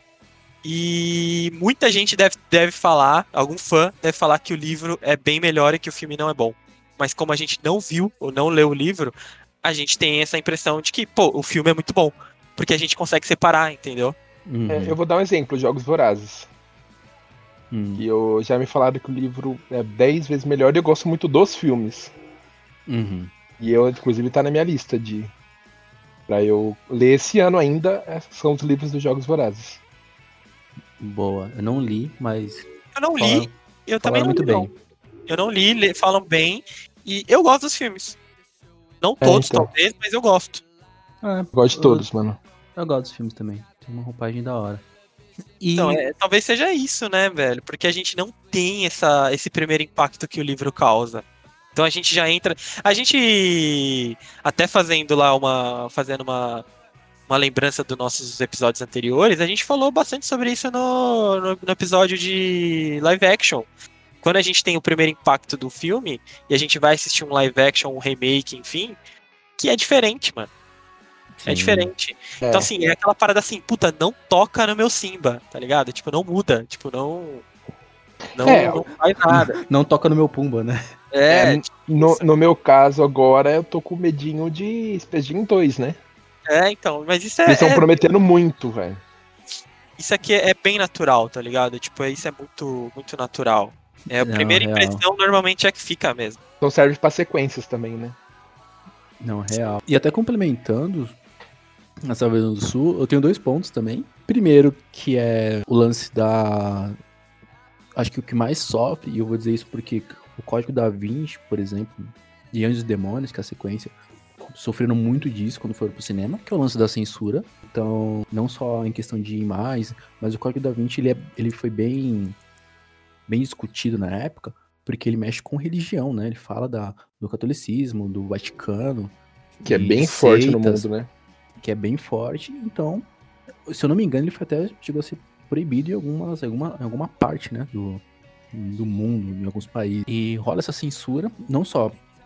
e muita gente deve falar, algum fã deve falar que o livro é bem melhor e que o filme não é bom. Mas como a gente não viu ou não leu o livro, a gente tem essa impressão de que, pô, o filme é muito bom, porque a gente consegue separar, entendeu? Eu vou dar um exemplo, Jogos Vorazes. E eu já me falaram que o livro é 10 vezes melhor e eu gosto muito dos filmes. E eu, inclusive, tá na minha lista pra eu ler esse ano ainda, são os livros dos Jogos Vorazes. Boa, eu não li, mas... Eu não li, eu também não li, muito bem. Eu não li, falam bem, e eu gosto dos filmes. Não todos, então. talvez, mas eu gosto. Gosto de todos, mano. Eu gosto dos filmes também, tem uma roupagem da hora. E... Então, talvez seja isso, né, velho? Porque a gente não tem esse primeiro impacto que o livro causa. Então a gente já entra. A gente até fazendo lá uma lembrança dos nossos episódios anteriores, a gente falou bastante sobre isso no episódio de live action. Quando a gente tem o primeiro impacto do filme e a gente vai assistir um live action, um remake, enfim, que é diferente, mano. É diferente. Então, assim, é aquela parada assim, puta, não toca no meu Simba, tá ligado? Tipo, não muda. Tipo, não faz nada. Não toca no meu Pumba, né? No meu caso, agora, eu tô com medinho de Space Jam 2, né? Então, mas isso Eles estão prometendo muito, velho. Isso aqui é bem natural, tá ligado? Tipo, isso é muito, muito natural. A primeira impressão normalmente é que fica mesmo. Então serve pra sequências também, né? Não, real. E até complementando a Salvador do Sul, eu tenho 2 pontos também. Primeiro, que é o lance da... Acho que o que mais sofre, e eu vou dizer isso porque o Código da Vinci, por exemplo, e Anjos e Demônios, que é a sequência, sofreram muito disso quando foram pro cinema, que é o lance da censura. Então, não só em questão de imagens, mas o Código da Vinci, ele foi bem discutido na época, porque ele mexe com religião, né? Ele fala do catolicismo, do Vaticano. Que é bem forte no mundo, né? Que é bem forte. Então, se eu não me engano, ele chegou a ser proibido em alguma parte, né? Do mundo, em alguns países. E rola essa censura, não só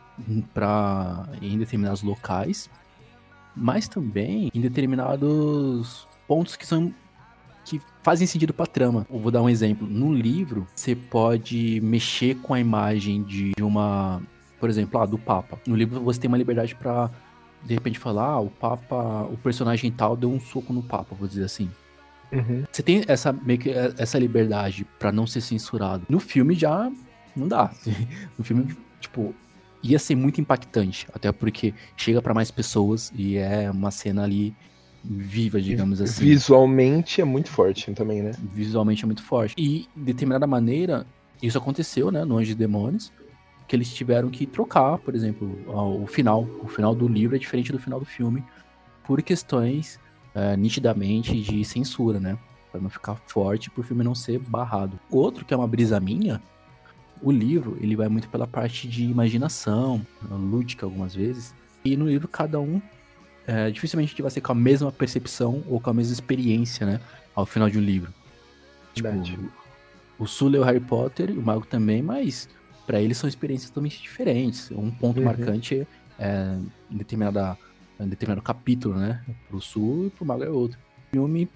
em determinados locais, mas também em determinados pontos que fazem sentido pra trama. Eu vou dar um exemplo. No livro, você pode mexer com a imagem de uma... Por exemplo, do Papa. No livro, você tem uma liberdade pra, de repente, falar, o Papa, o personagem tal deu um soco no Papa, vou dizer assim. Uhum. Você tem essa liberdade pra não ser censurado. No filme já não dá. No filme, tipo, ia ser muito impactante. Até porque chega pra mais pessoas e é uma cena ali viva, digamos assim. Visualmente é muito forte também, né? Visualmente é muito forte. E, de determinada maneira, isso aconteceu, né, no Anjos e Demônios, que eles tiveram que trocar, por exemplo, o final. O final do livro é diferente do final do filme, por questões nitidamente de censura, né? Pra não ficar forte, pro filme não ser barrado. Outro, que é uma brisa minha, o livro, ele vai muito pela parte de imaginação, lúdica algumas vezes, e no livro cada um dificilmente a gente vai ser com a mesma percepção ou com a mesma experiência, né? Ao final de um livro. Tipo, o Sul leu Harry Potter e o Mago também, mas pra eles são experiências totalmente diferentes. Um ponto marcante em determinado capítulo, né? Pro Sul e pro Mago é outro. O filme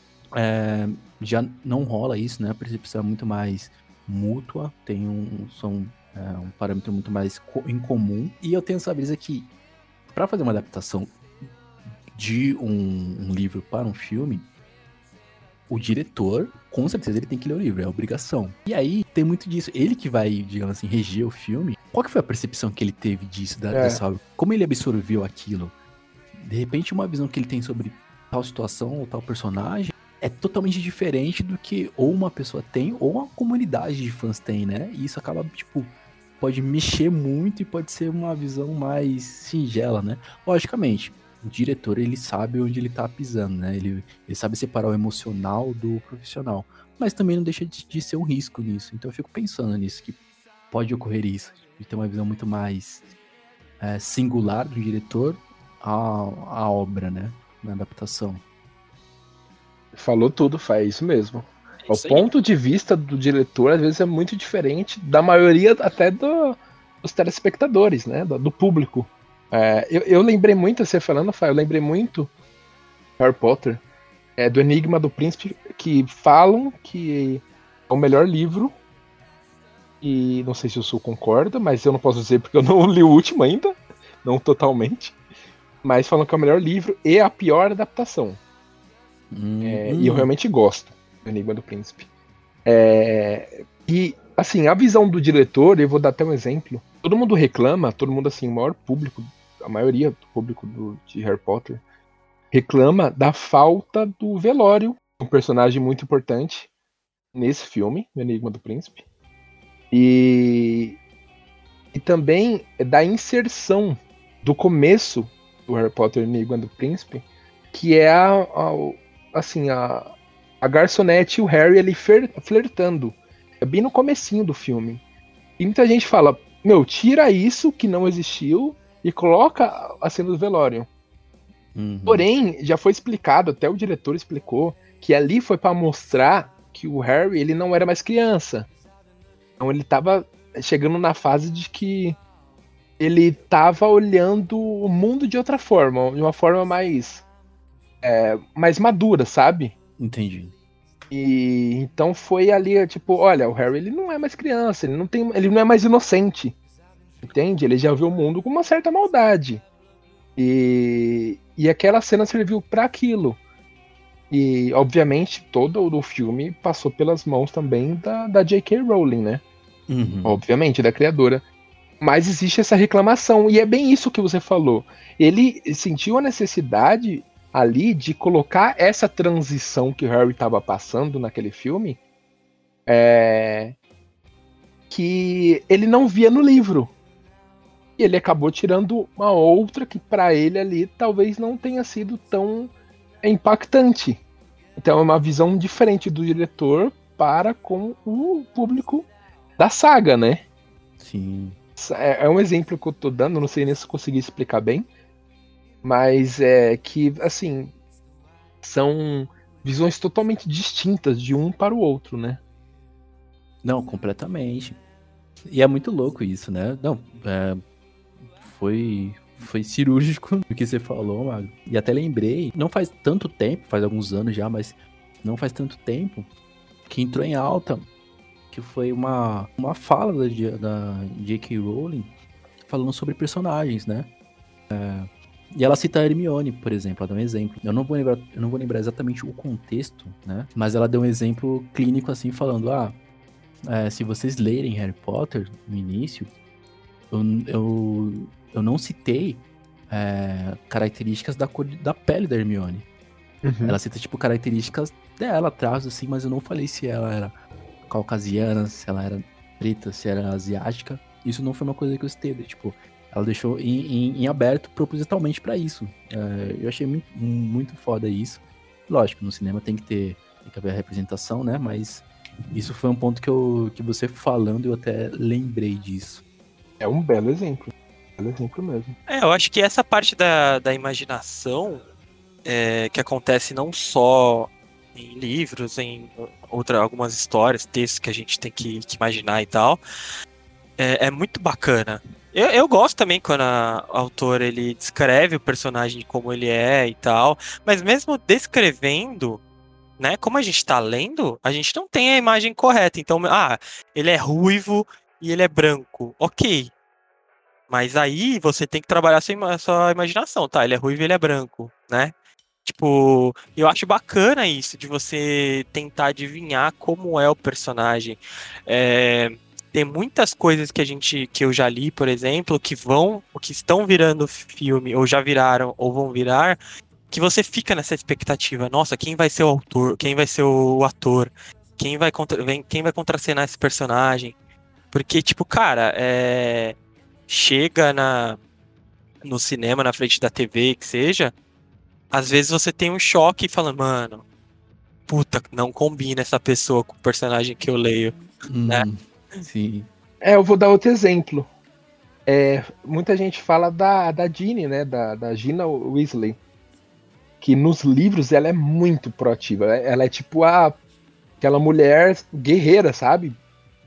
já não rola isso, né? A percepção é muito mais mútua, tem um parâmetro muito mais em comum. E eu tenho essa brisa que, pra fazer uma adaptação de um livro para um filme, o diretor, com certeza, ele tem que ler o livro, é obrigação. E aí, tem muito disso. Ele que vai, digamos assim, reger o filme. Qual que foi a percepção que ele teve disso, dessa obra? Como ele absorveu aquilo? De repente, uma visão que ele tem sobre tal situação ou tal personagem é totalmente diferente do que ou uma pessoa tem ou uma comunidade de fãs tem, né? E isso acaba, tipo, pode mexer muito e pode ser uma visão mais singela, né? Logicamente, o diretor, ele sabe onde ele tá pisando, né? Ele sabe separar o emocional do profissional. Mas também não deixa de ser um risco nisso. Então eu fico pensando nisso, que pode ocorrer isso. De ter uma visão muito mais singular do diretor à obra, né? Na adaptação. Falou tudo, faz isso mesmo. O ponto de vista do diretor, às vezes, é muito diferente da maioria até dos telespectadores, né? Do público. Eu lembrei muito, você falando, Fábio, eu lembrei muito Harry Potter, do Enigma do Príncipe, que falam que é o melhor livro, e não sei se o Sul concorda, mas eu não posso dizer porque eu não li o último ainda, não totalmente, mas falam que é o melhor livro e a pior adaptação. E eu realmente gosto do Enigma do Príncipe. E, assim, a visão do diretor, eu vou dar até um exemplo, todo mundo reclama, todo mundo, assim, o maior público, a maioria do público de Harry Potter reclama da falta do velório, um personagem muito importante nesse filme, O Enigma do Príncipe, e também da inserção do começo do Harry Potter e o Enigma do Príncipe, que é a garçonete e o Harry ali flertando. É bem no comecinho do filme. E muita gente fala, meu, tira isso que não existiu e coloca a cena do velório. Porém, já foi explicado, até o diretor explicou, que ali foi para mostrar que o Harry, ele não era mais criança. Então ele tava chegando na fase de que ele tava olhando o mundo de outra forma, de uma forma mais madura, sabe? Entendi. E então foi ali, tipo, olha, o Harry ele não é mais criança, ele não é mais inocente. Entende? Ele já viu o mundo com uma certa maldade. E aquela cena serviu para aquilo. E, obviamente, todo o filme passou pelas mãos também da J.K. Rowling, né? Obviamente, da criadora. Mas existe essa reclamação, e é bem isso que você falou. Ele sentiu a necessidade ali de colocar essa transição que o Harry estava passando naquele filme, que ele não via no livro. E ele acabou tirando uma outra que para ele ali talvez não tenha sido tão impactante. Então é uma visão diferente do diretor para com o público da saga, né? Sim. É um exemplo que eu tô dando, não sei nem se eu consegui explicar bem, mas é que, assim, são visões totalmente distintas de um para o outro, né? Não, completamente. E é muito louco isso, né? Não, foi cirúrgico o que você falou, Magro. E até lembrei, não faz tanto tempo, faz alguns anos já, mas não faz tanto tempo, que entrou em alta, que foi uma fala da J.K. Rowling falando sobre personagens, né? E ela cita a Hermione, por exemplo, ela dá um exemplo. Eu não vou lembrar exatamente o contexto, né? Mas ela deu um exemplo clínico assim, falando, se vocês lerem Harry Potter no início, eu não citei características da cor da pele da Hermione. Ela cita, tipo, características dela, traços assim, mas eu não falei se ela era caucasiana, se ela era preta, se era asiática. Isso não foi uma coisa que eu citei, tipo, ela deixou em aberto propositalmente pra isso. Eu achei muito, muito foda isso. Lógico, no cinema tem que haver a representação, né? Mas isso foi um ponto que você falando, eu até lembrei disso. É um belo exemplo. Belo exemplo mesmo. Eu acho que essa parte da imaginação que acontece não só em livros, em algumas histórias, textos que a gente tem que imaginar e tal, é muito bacana. Eu gosto também quando o autor ele descreve o personagem como ele é e tal, mas mesmo descrevendo, né, como a gente tá lendo, a gente não tem a imagem correta. Então, ele é ruivo e ele é branco. Ok. Mas aí você tem que trabalhar a sua imaginação, tá? Ele é ruivo e ele é branco, né? Tipo, eu acho bacana isso, de você tentar adivinhar como é o personagem. Tem muitas coisas que eu já li, por exemplo, que estão virando filme, ou já viraram, ou vão virar, que você fica nessa expectativa. Nossa, quem vai ser o autor? Quem vai ser o ator? Quem vai contracenar esse personagem? Porque, tipo, cara, chega no cinema, na frente da TV, que seja, às vezes você tem um choque e fala, mano, puta, não combina essa pessoa com o personagem que eu leio, né? Sim. Eu vou dar outro exemplo. Muita gente fala da Ginny, né? Da Gina Weasley. Que nos livros ela é muito proativa. Ela é tipo aquela mulher guerreira, sabe?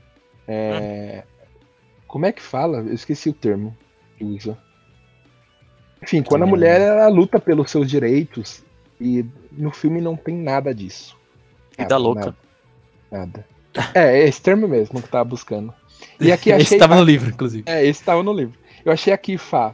Como é que fala? Eu esqueci o termo que usa. Enfim, quando a mulher ela luta pelos seus direitos, e no filme não tem nada disso. Vida louca. Nada. É esse termo mesmo que eu tava buscando. E aqui achei. Esse estava no livro, inclusive. Esse estava no livro. Eu achei aqui,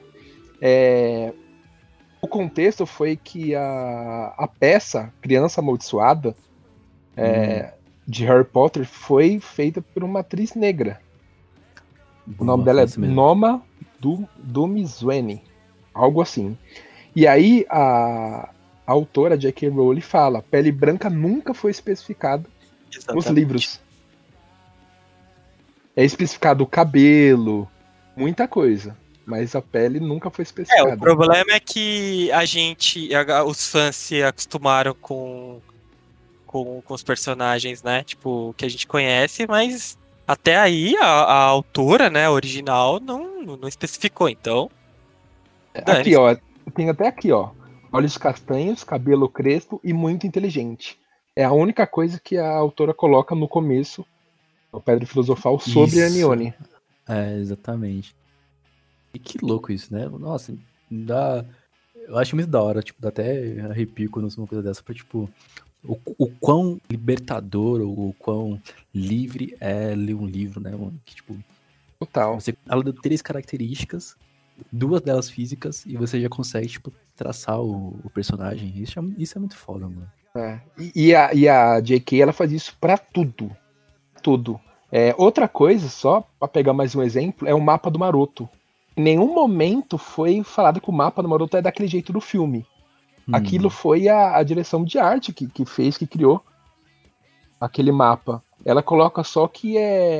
o contexto foi que a peça Criança Amaldiçoada de Harry Potter foi feita por uma atriz negra. O nome dela é Noma Dumezweni, algo assim. E aí a autora J.K. Rowling fala: pele branca nunca foi especificado nos livros. É especificado o cabelo, muita coisa, mas a pele nunca foi especificada. O problema é que os fãs se acostumaram com os personagens, né? Tipo, que a gente conhece, mas Até aí, a autora, né, original, não especificou, então. Aqui, Dane-se. ó. Tem até aqui, ó. Olhos castanhos, cabelo crespo e muito inteligente. É a única coisa que a autora coloca no começo, no Pedra Filosofal, sobre a Isso. Hermione. Exatamente. E que louco isso, né? Nossa, dá. Eu acho muito da hora, tipo, dá até arrepio quando eu sou uma coisa dessa, pra, tipo, o quão libertador, ou o quão livre é ler um livro, né, mano? Que, tipo, Total. ela deu 3 características, 2 delas físicas, e você já consegue, tipo, traçar o personagem. Isso é muito foda, mano. É. E a J.K. ela faz isso pra tudo. Tudo. Outra coisa, só pra pegar mais um exemplo, é o mapa do Maroto. Em nenhum momento foi falado que o mapa do Maroto é daquele jeito do filme. Aquilo foi a direção de arte que fez, que criou aquele mapa. Ela coloca só que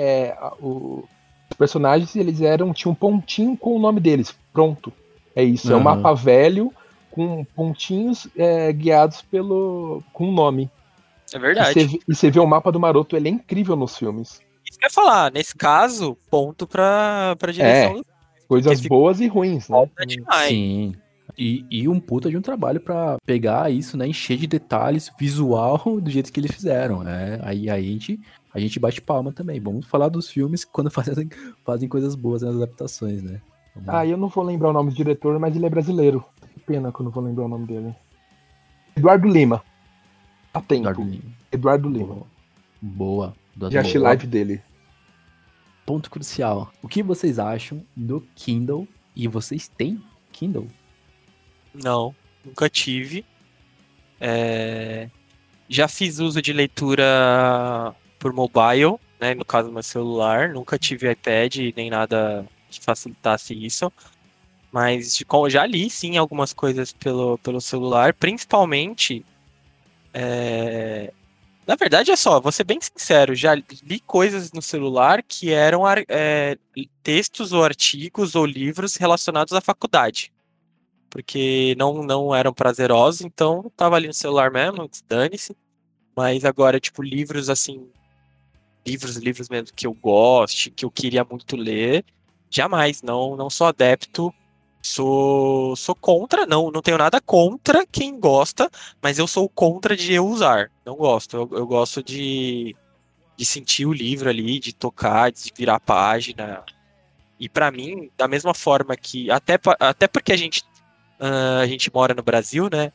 os personagens tinham um pontinho com o nome deles. Pronto. É isso. É um Aham. mapa velho com pontinhos guiados com o nome. É E verdade. você vê o mapa do Maroto, ele é incrível nos filmes. Isso que eu ia falar, nesse caso, ponto pra direção É, do. Porque coisas ficou boas e ruins, né? foda demais. Sim. E um puta de um trabalho pra pegar isso, né? Encher de detalhes visual do jeito que eles fizeram. Aí a gente bate palma também. Vamos falar dos filmes quando fazem coisas boas nas adaptações, né? Eu não vou lembrar o nome do diretor, mas ele é brasileiro. Que pena que eu não vou lembrar o nome dele. Eduardo Lima. Há Eduardo tempo. Lima. Eduardo Lima. Boa. Já achei live dele. Ponto crucial. O que vocês acham do Kindle? E vocês têm Kindle? Não, nunca tive. Já fiz uso de leitura por mobile, né? No caso, meu celular. Nunca tive iPad nem nada que facilitasse isso. Mas já li, sim, algumas coisas pelo celular. Principalmente. Na verdade, é só, vou ser bem sincero. Já li coisas no celular que eram textos ou artigos ou livros relacionados à faculdade. Porque não eram prazerosos, então tava ali no celular mesmo, dane-se. Mas agora, tipo, livros assim, livros mesmo que eu goste, que eu queria muito ler, jamais, não sou adepto, sou contra, não tenho nada contra quem gosta, mas eu sou contra de eu usar, não gosto, eu gosto de sentir o livro ali, de tocar, de virar a página, e pra mim, da mesma forma que, até porque a gente mora no Brasil, né,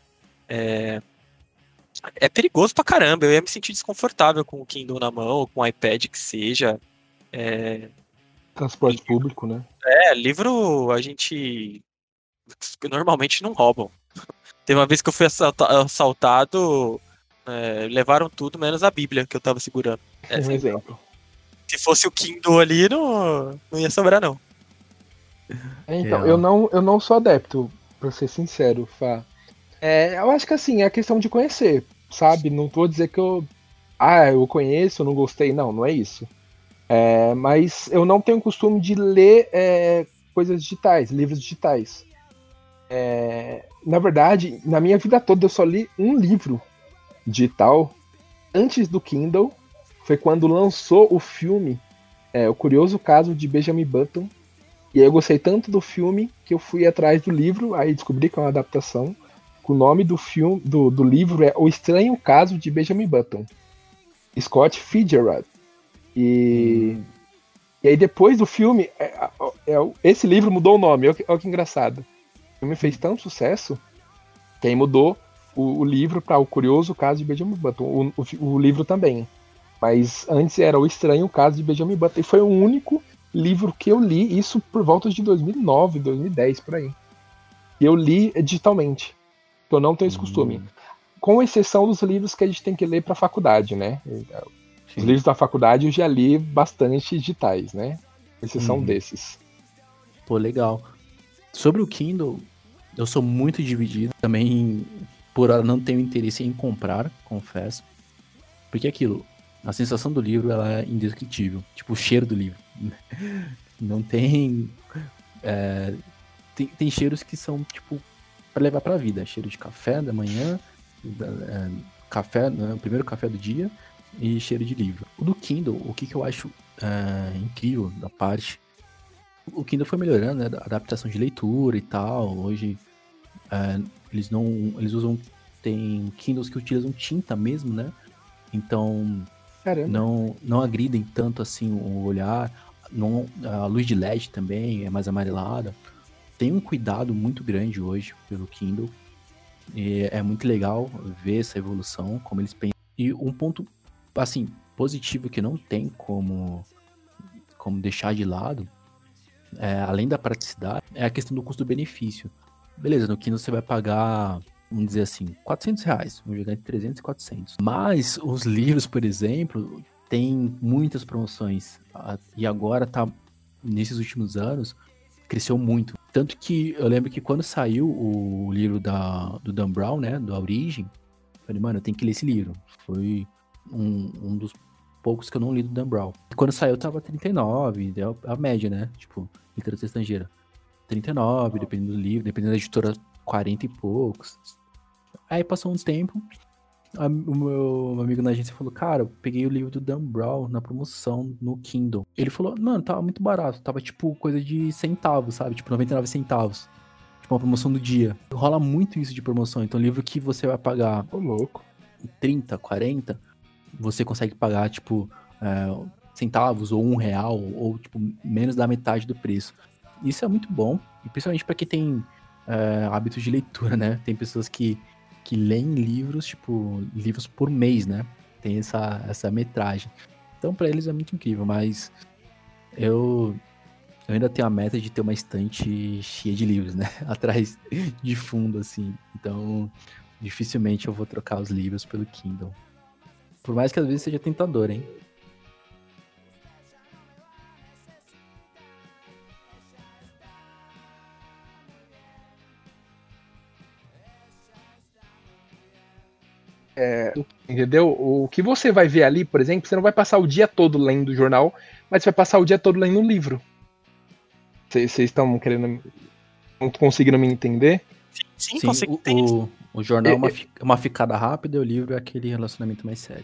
é perigoso pra caramba. Eu ia me sentir desconfortável com o Kindle na mão, ou com o iPad que seja. É, Transporte público, né? livro a gente normalmente não roubam. Teve uma vez que eu fui assaltado, levaram tudo menos a Bíblia que eu tava segurando. É um Sem dó. exemplo. Se fosse o Kindle ali, não ia sobrar, não. Então, eu Real. não sou adepto, pra ser sincero, Fá. Eu acho que assim, é questão de conhecer, sabe? Não vou dizer que eu conheço, eu não gostei, não é isso. Mas eu não tenho costume de ler coisas digitais, livros digitais. Na verdade, na minha vida toda eu só li um livro digital antes do Kindle. Foi quando lançou o filme, O Curioso Caso de Benjamin Button. E aí eu gostei tanto do filme que eu fui atrás do livro, aí descobri que é uma adaptação. O nome do filme, do livro é O Estranho Caso de Benjamin Button. Scott Fitzgerald. E aí depois do filme, esse livro mudou o nome, olha que engraçado. O filme fez tanto sucesso que aí mudou o livro para O Curioso Caso de Benjamin Button. O livro também. Mas antes era O Estranho Caso de Benjamin Button. E foi o único livro que eu li, isso por volta de 2009, 2010, por aí. E eu li digitalmente. Eu não tenho esse costume. Com exceção dos livros que a gente tem que ler para a faculdade, né? Os livros da faculdade eu já li bastante digitais, né? Com exceção desses. Pô, legal. Sobre o Kindle, eu sou muito dividido também por não ter interesse em comprar, confesso. Porque aquilo, a sensação do livro, ela é indescritível. Tipo, o cheiro do livro. Não tem... Tem cheiros que são, tipo, pra levar pra vida. Cheiro de café da manhã, café, né, o primeiro café do dia e cheiro de livro. O do Kindle, o que eu acho incrível da parte. O Kindle foi melhorando, né? A adaptação de leitura e tal. Hoje eles usam, tem Kindles que utilizam tinta mesmo, né? Então não agridem tanto assim o olhar. A luz de LED também é mais amarelada. Tem um cuidado muito grande hoje pelo Kindle. E é muito legal ver essa evolução, como eles pensam. E um ponto, assim, positivo que não tem como deixar de lado, além da praticidade, é a questão do custo-benefício. Beleza, no Kindle você vai pagar, vamos dizer assim, R$400, vamos jogar entre 300 e 400. Mas os livros, por exemplo, tem muitas promoções. E agora nesses últimos anos, cresceu muito. Tanto que eu lembro que quando saiu o livro do Dan Brown, né, da Origem, eu falei, mano, eu tenho que ler esse livro. Foi um dos poucos que eu não li do Dan Brown. E quando saiu tava 39, a média, né, tipo, literatura estrangeira. 39, dependendo do livro, dependendo da editora, 40 e poucos. Aí passou um tempo, o meu amigo na agência falou, cara, eu peguei o livro do Dan Brown na promoção no Kindle. Ele falou, mano, tava muito barato, tava tipo coisa de centavos, sabe? Tipo 99 centavos. Tipo uma promoção do dia. Rola muito isso de promoção, então livro que você vai pagar, louco, 30, 40, você consegue pagar tipo centavos ou R$1, ou tipo menos da metade do preço. Isso é muito bom, e principalmente pra quem tem hábitos de leitura, né? Tem pessoas que leem livros, tipo, livros por mês, né? Tem essa metragem. Então, pra eles é muito incrível, mas eu ainda tenho a meta de ter uma estante cheia de livros, né? Atrás de fundo, assim. Então, dificilmente eu vou trocar os livros pelo Kindle. Por mais que às vezes seja tentador, hein? Entendeu? O que você vai ver ali, por exemplo, você não vai passar o dia todo lendo o jornal, mas você vai passar o dia todo lendo um livro. Vocês estão querendo... não conseguindo me entender? Sim, consigo entender. O jornal é uma ficada rápida e o livro é aquele relacionamento mais sério.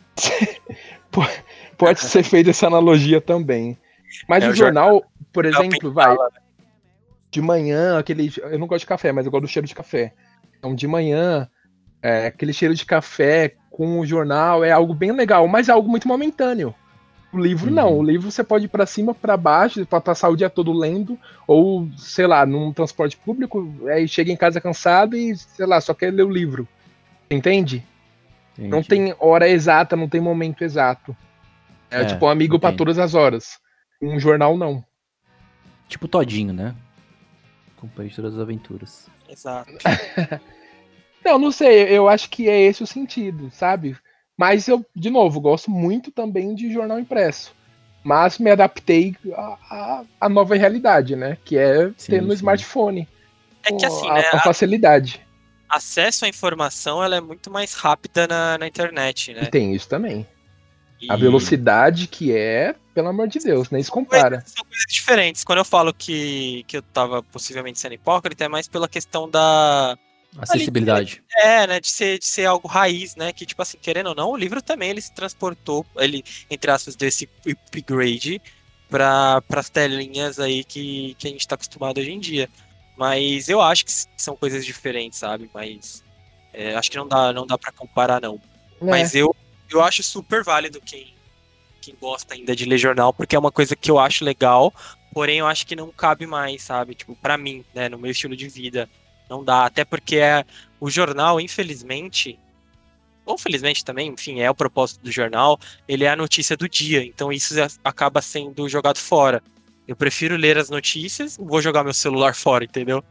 Pode ser feita essa analogia também. Mas o jornal, por exemplo, de manhã, eu não gosto de café, mas eu gosto do cheiro de café. Então, de manhã, aquele cheiro de café com o jornal é algo bem legal, mas é algo muito momentâneo. O livro não, o livro você pode ir pra cima, pra baixo, pode passar o dia todo lendo, ou, sei lá, num transporte público, aí chega em casa cansado e, sei lá, só quer ler o livro. Entende? Entendi. Não tem hora exata, não tem momento exato. É tipo um amigo pra todas as horas. Um jornal, não. Tipo Todinho, né? Companhia de todas as aventuras. Exato. Não sei, eu acho que é esse o sentido, sabe? Mas eu, de novo, gosto muito também de jornal impresso. Mas me adaptei à nova realidade, né? Que é ter no smartphone. É que assim, né? A facilidade. Acesso à informação, ela é muito mais rápida na internet, né? E tem isso também. A velocidade que é, pelo amor de Deus, nem se compara. São coisas diferentes. Quando eu falo que eu tava possivelmente sendo hipócrita, é mais pela questão da... acessibilidade. Né, de ser algo raiz, né, que tipo assim, querendo ou não, o livro também ele se transportou, ele, entre aspas, deu esse upgrade para as telinhas aí que a gente tá acostumado hoje em dia. Mas eu acho que são coisas diferentes, sabe? Mas acho que não dá para comparar, não. Mas eu acho super válido quem gosta ainda de ler jornal, porque é uma coisa que eu acho legal, porém eu acho que não cabe mais, sabe? Tipo, pra mim, né, no meu estilo de vida. Não dá, até porque o jornal, infelizmente, ou felizmente também, enfim, é o propósito do jornal, ele é a notícia do dia, então isso acaba sendo jogado fora. Eu prefiro ler as notícias, vou jogar meu celular fora, entendeu?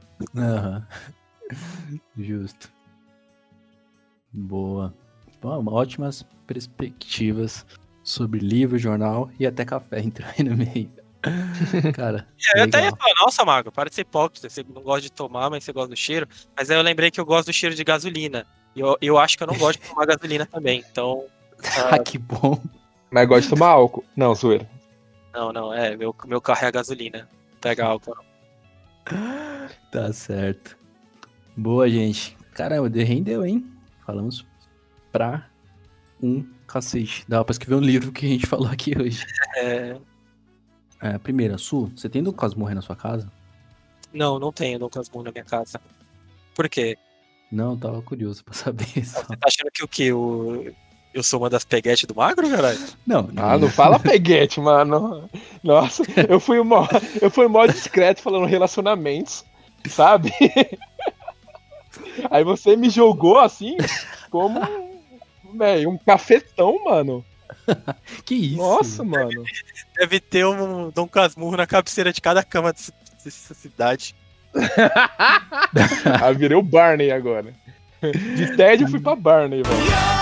Justo. Boa. Bom, ótimas perspectivas sobre livro, jornal e até café entrou aí no meio. Cara, eu até ia falar, nossa, Mago, para de ser hipócrita, você não gosta de tomar, mas você gosta do cheiro. Mas aí eu lembrei que eu gosto do cheiro de gasolina. E eu acho que eu não gosto de tomar gasolina também, então... que bom. Mas gosta de tomar álcool. Não, zoeira. Não, meu carro é a gasolina. Não pega álcool, não. Tá certo. Boa, gente. Caramba, rendeu, hein? Falamos pra um Cacete, dá pra escrever um livro que a gente falou aqui hoje. Primeira, Su, você tem Dom Casmurro na sua casa? Não tenho Dom Casmurro na minha casa. Por quê? Não, tava curioso pra saber só. Você tá achando que o quê? Eu sou uma das peguetes do magro, caralho? Não. Não fala peguete, mano. Nossa, eu fui mó discreto falando relacionamentos, sabe? Aí você me jogou assim, como um cafetão, mano. Que isso? Nossa, mano. Deve ter um Dom Casmurro na cabeceira de cada cama dessa cidade. Virei o Barney agora. De Ted eu fui pra Barney, velho.